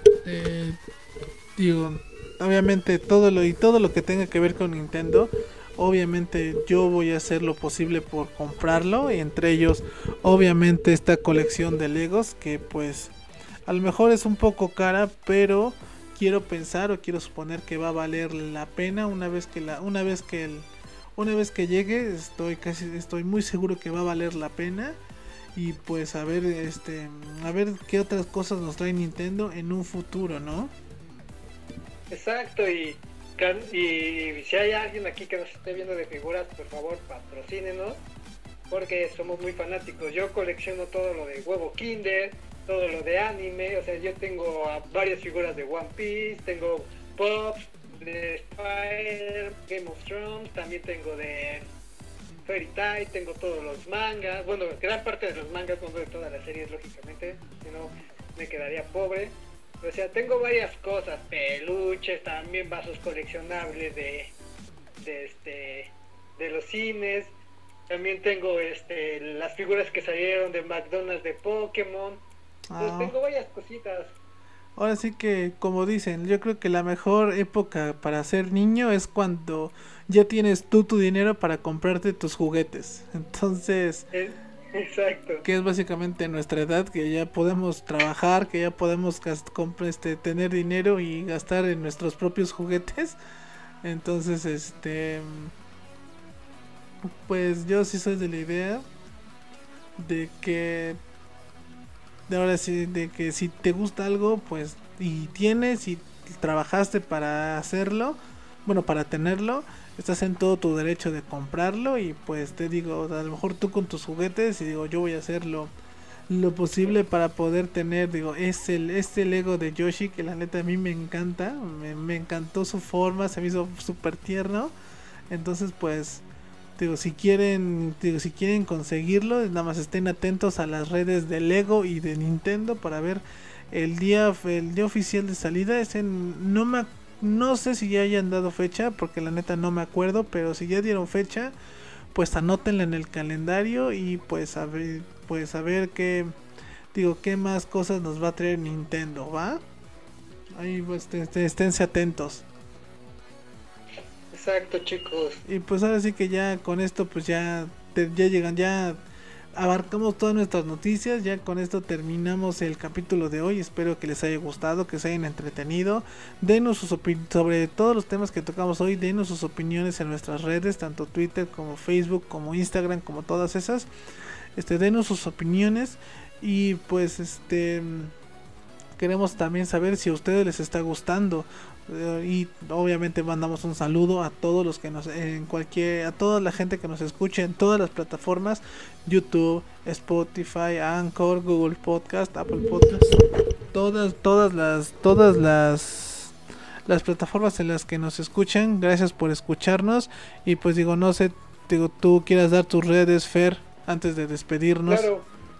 eh, digo, obviamente todo lo y todo lo que tenga que ver con Nintendo, obviamente yo voy a hacer lo posible por comprarlo, y entre ellos obviamente esta colección de Legos que pues a lo mejor es un poco cara, pero quiero pensar o quiero suponer que va a valer la pena una vez que la una vez que el una vez que llegue. Estoy casi estoy muy seguro que va a valer la pena. Y pues a ver este a ver qué otras cosas nos trae Nintendo en un futuro, ¿no? Exacto, y y si hay alguien aquí que nos esté viendo de figuras, por favor patrocínenos, porque somos muy fanáticos. Yo colecciono todo lo de huevo Kinder, todo lo de anime, o sea, yo tengo varias figuras de One Piece, tengo Pops, de Spider, Game of Thrones, también tengo de Fairy Tail, tengo todos los mangas, bueno, gran parte de los mangas, no de todas las series, lógicamente, si no me quedaría pobre. O sea, tengo varias cosas, peluches, también vasos coleccionables de, de este, de los cines, también tengo este, las figuras que salieron de McDonald's de Pokémon. Pues ah. Tengo varias cositas. Ahora sí que, como dicen, yo creo que la mejor época para ser niño es cuando ya tienes tú tu dinero para comprarte tus juguetes. Entonces, es, exacto. Que es básicamente nuestra edad, que ya podemos trabajar, que ya podemos gast- este, tener dinero y gastar en nuestros propios juguetes. Entonces, este, pues yo sí soy de la idea de que de ahora sí, de que si te gusta algo, pues, y tienes y trabajaste para hacerlo, bueno, para tenerlo, estás en todo tu derecho de comprarlo. Y pues te digo, a lo mejor tú con tus juguetes, y digo, yo voy a hacer lo, lo posible para poder tener, digo, es el, este Lego de Yoshi, que la neta a mí me encanta, me, me encantó su forma, se me hizo súper tierno. Entonces pues digo, si quieren, digo, si quieren conseguirlo, nada más estén atentos a las redes de Lego y de Nintendo para ver el día, el día oficial de salida. Es en, no me, no sé si ya hayan dado fecha, porque la neta no me acuerdo, pero si ya dieron fecha, pues anótenla en el calendario. Y pues a ver, pues a ver qué, digo, qué más cosas nos va a traer Nintendo, ¿va? Ahí pues esténse atentos. Exacto, chicos. Y pues ahora sí que ya con esto pues ya te, ya llegan, ya abarcamos todas nuestras noticias. Ya con esto terminamos el capítulo de hoy. Espero que les haya gustado, que se hayan entretenido. Denos sus opiniones sobre todos los temas que tocamos hoy. Denos sus opiniones en nuestras redes, tanto Twitter como Facebook, como Instagram, como todas esas. Este, denos sus opiniones. Y pues este queremos también saber si a ustedes les está gustando. Y obviamente mandamos un saludo a todos los que nos en cualquier a toda la gente que nos escuche en todas las plataformas: YouTube, Spotify, Anchor, Google Podcast, Apple Podcast, todas todas las todas las las plataformas en las que nos escuchan. Gracias por escucharnos. Y pues digo, no sé, digo, tú quieras dar tus redes, Fer, antes de despedirnos. Claro.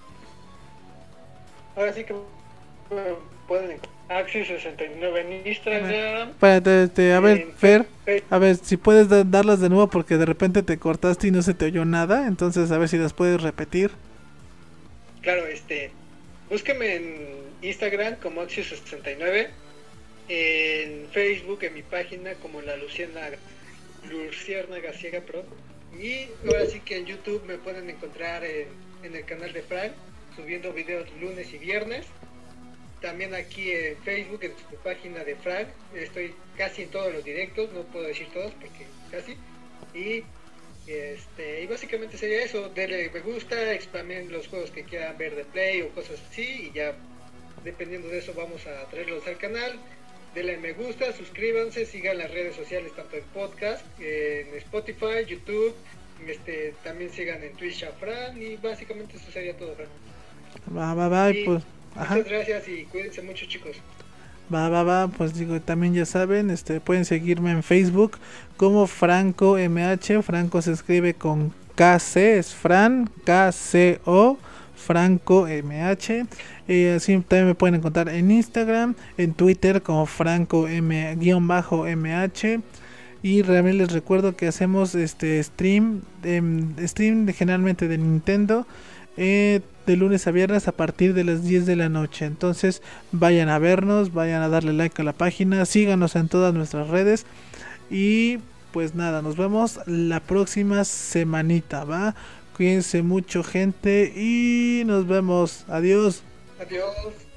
Ahora sí que bueno, pueden Axis sesenta y nueve en Instagram. Espérate, este, a ver, Fer, a ver si puedes da- darlas de nuevo, porque de repente te cortaste y no se te oyó nada. Entonces a ver si las puedes repetir. Claro, este, búsqueme en Instagram como Axis sesenta y nueve, en Facebook en mi página como la Luciana Luciérnaga Ciega Pro, y ahora sí que en YouTube me pueden encontrar en, en el canal de Frank, subiendo videos lunes y viernes. También aquí en Facebook, en su página de Frank, estoy casi en todos los directos, no puedo decir todos porque casi. Y este y básicamente sería eso: denle me gusta, expamen los juegos que quieran ver de Play o cosas así, y ya dependiendo de eso vamos a traerlos al canal. Denle me gusta, suscríbanse, sigan las redes sociales, tanto en podcast, en Spotify, YouTube, este también sigan en Twitch a Fran, y básicamente eso sería todo, Fran. Va, va, va, y pues Ajá. Muchas gracias y cuídense mucho, chicos. Va, va, va, pues digo, también ya saben, este, pueden seguirme en Facebook como Franco M H. Franco se escribe con K C, es Fran, K C O, Franco M H. Y así también me pueden encontrar en Instagram, en Twitter como Franco M M H. Y realmente les recuerdo que hacemos este stream, eh, stream de, generalmente de Nintendo, eh, de lunes a viernes a partir de las diez de la noche. Entonces vayan a vernos, vayan a darle like a la página, síganos en todas nuestras redes. Y pues nada, nos vemos la próxima semanita, ¿va? Cuídense mucho, gente, y nos vemos. Adiós. Adiós.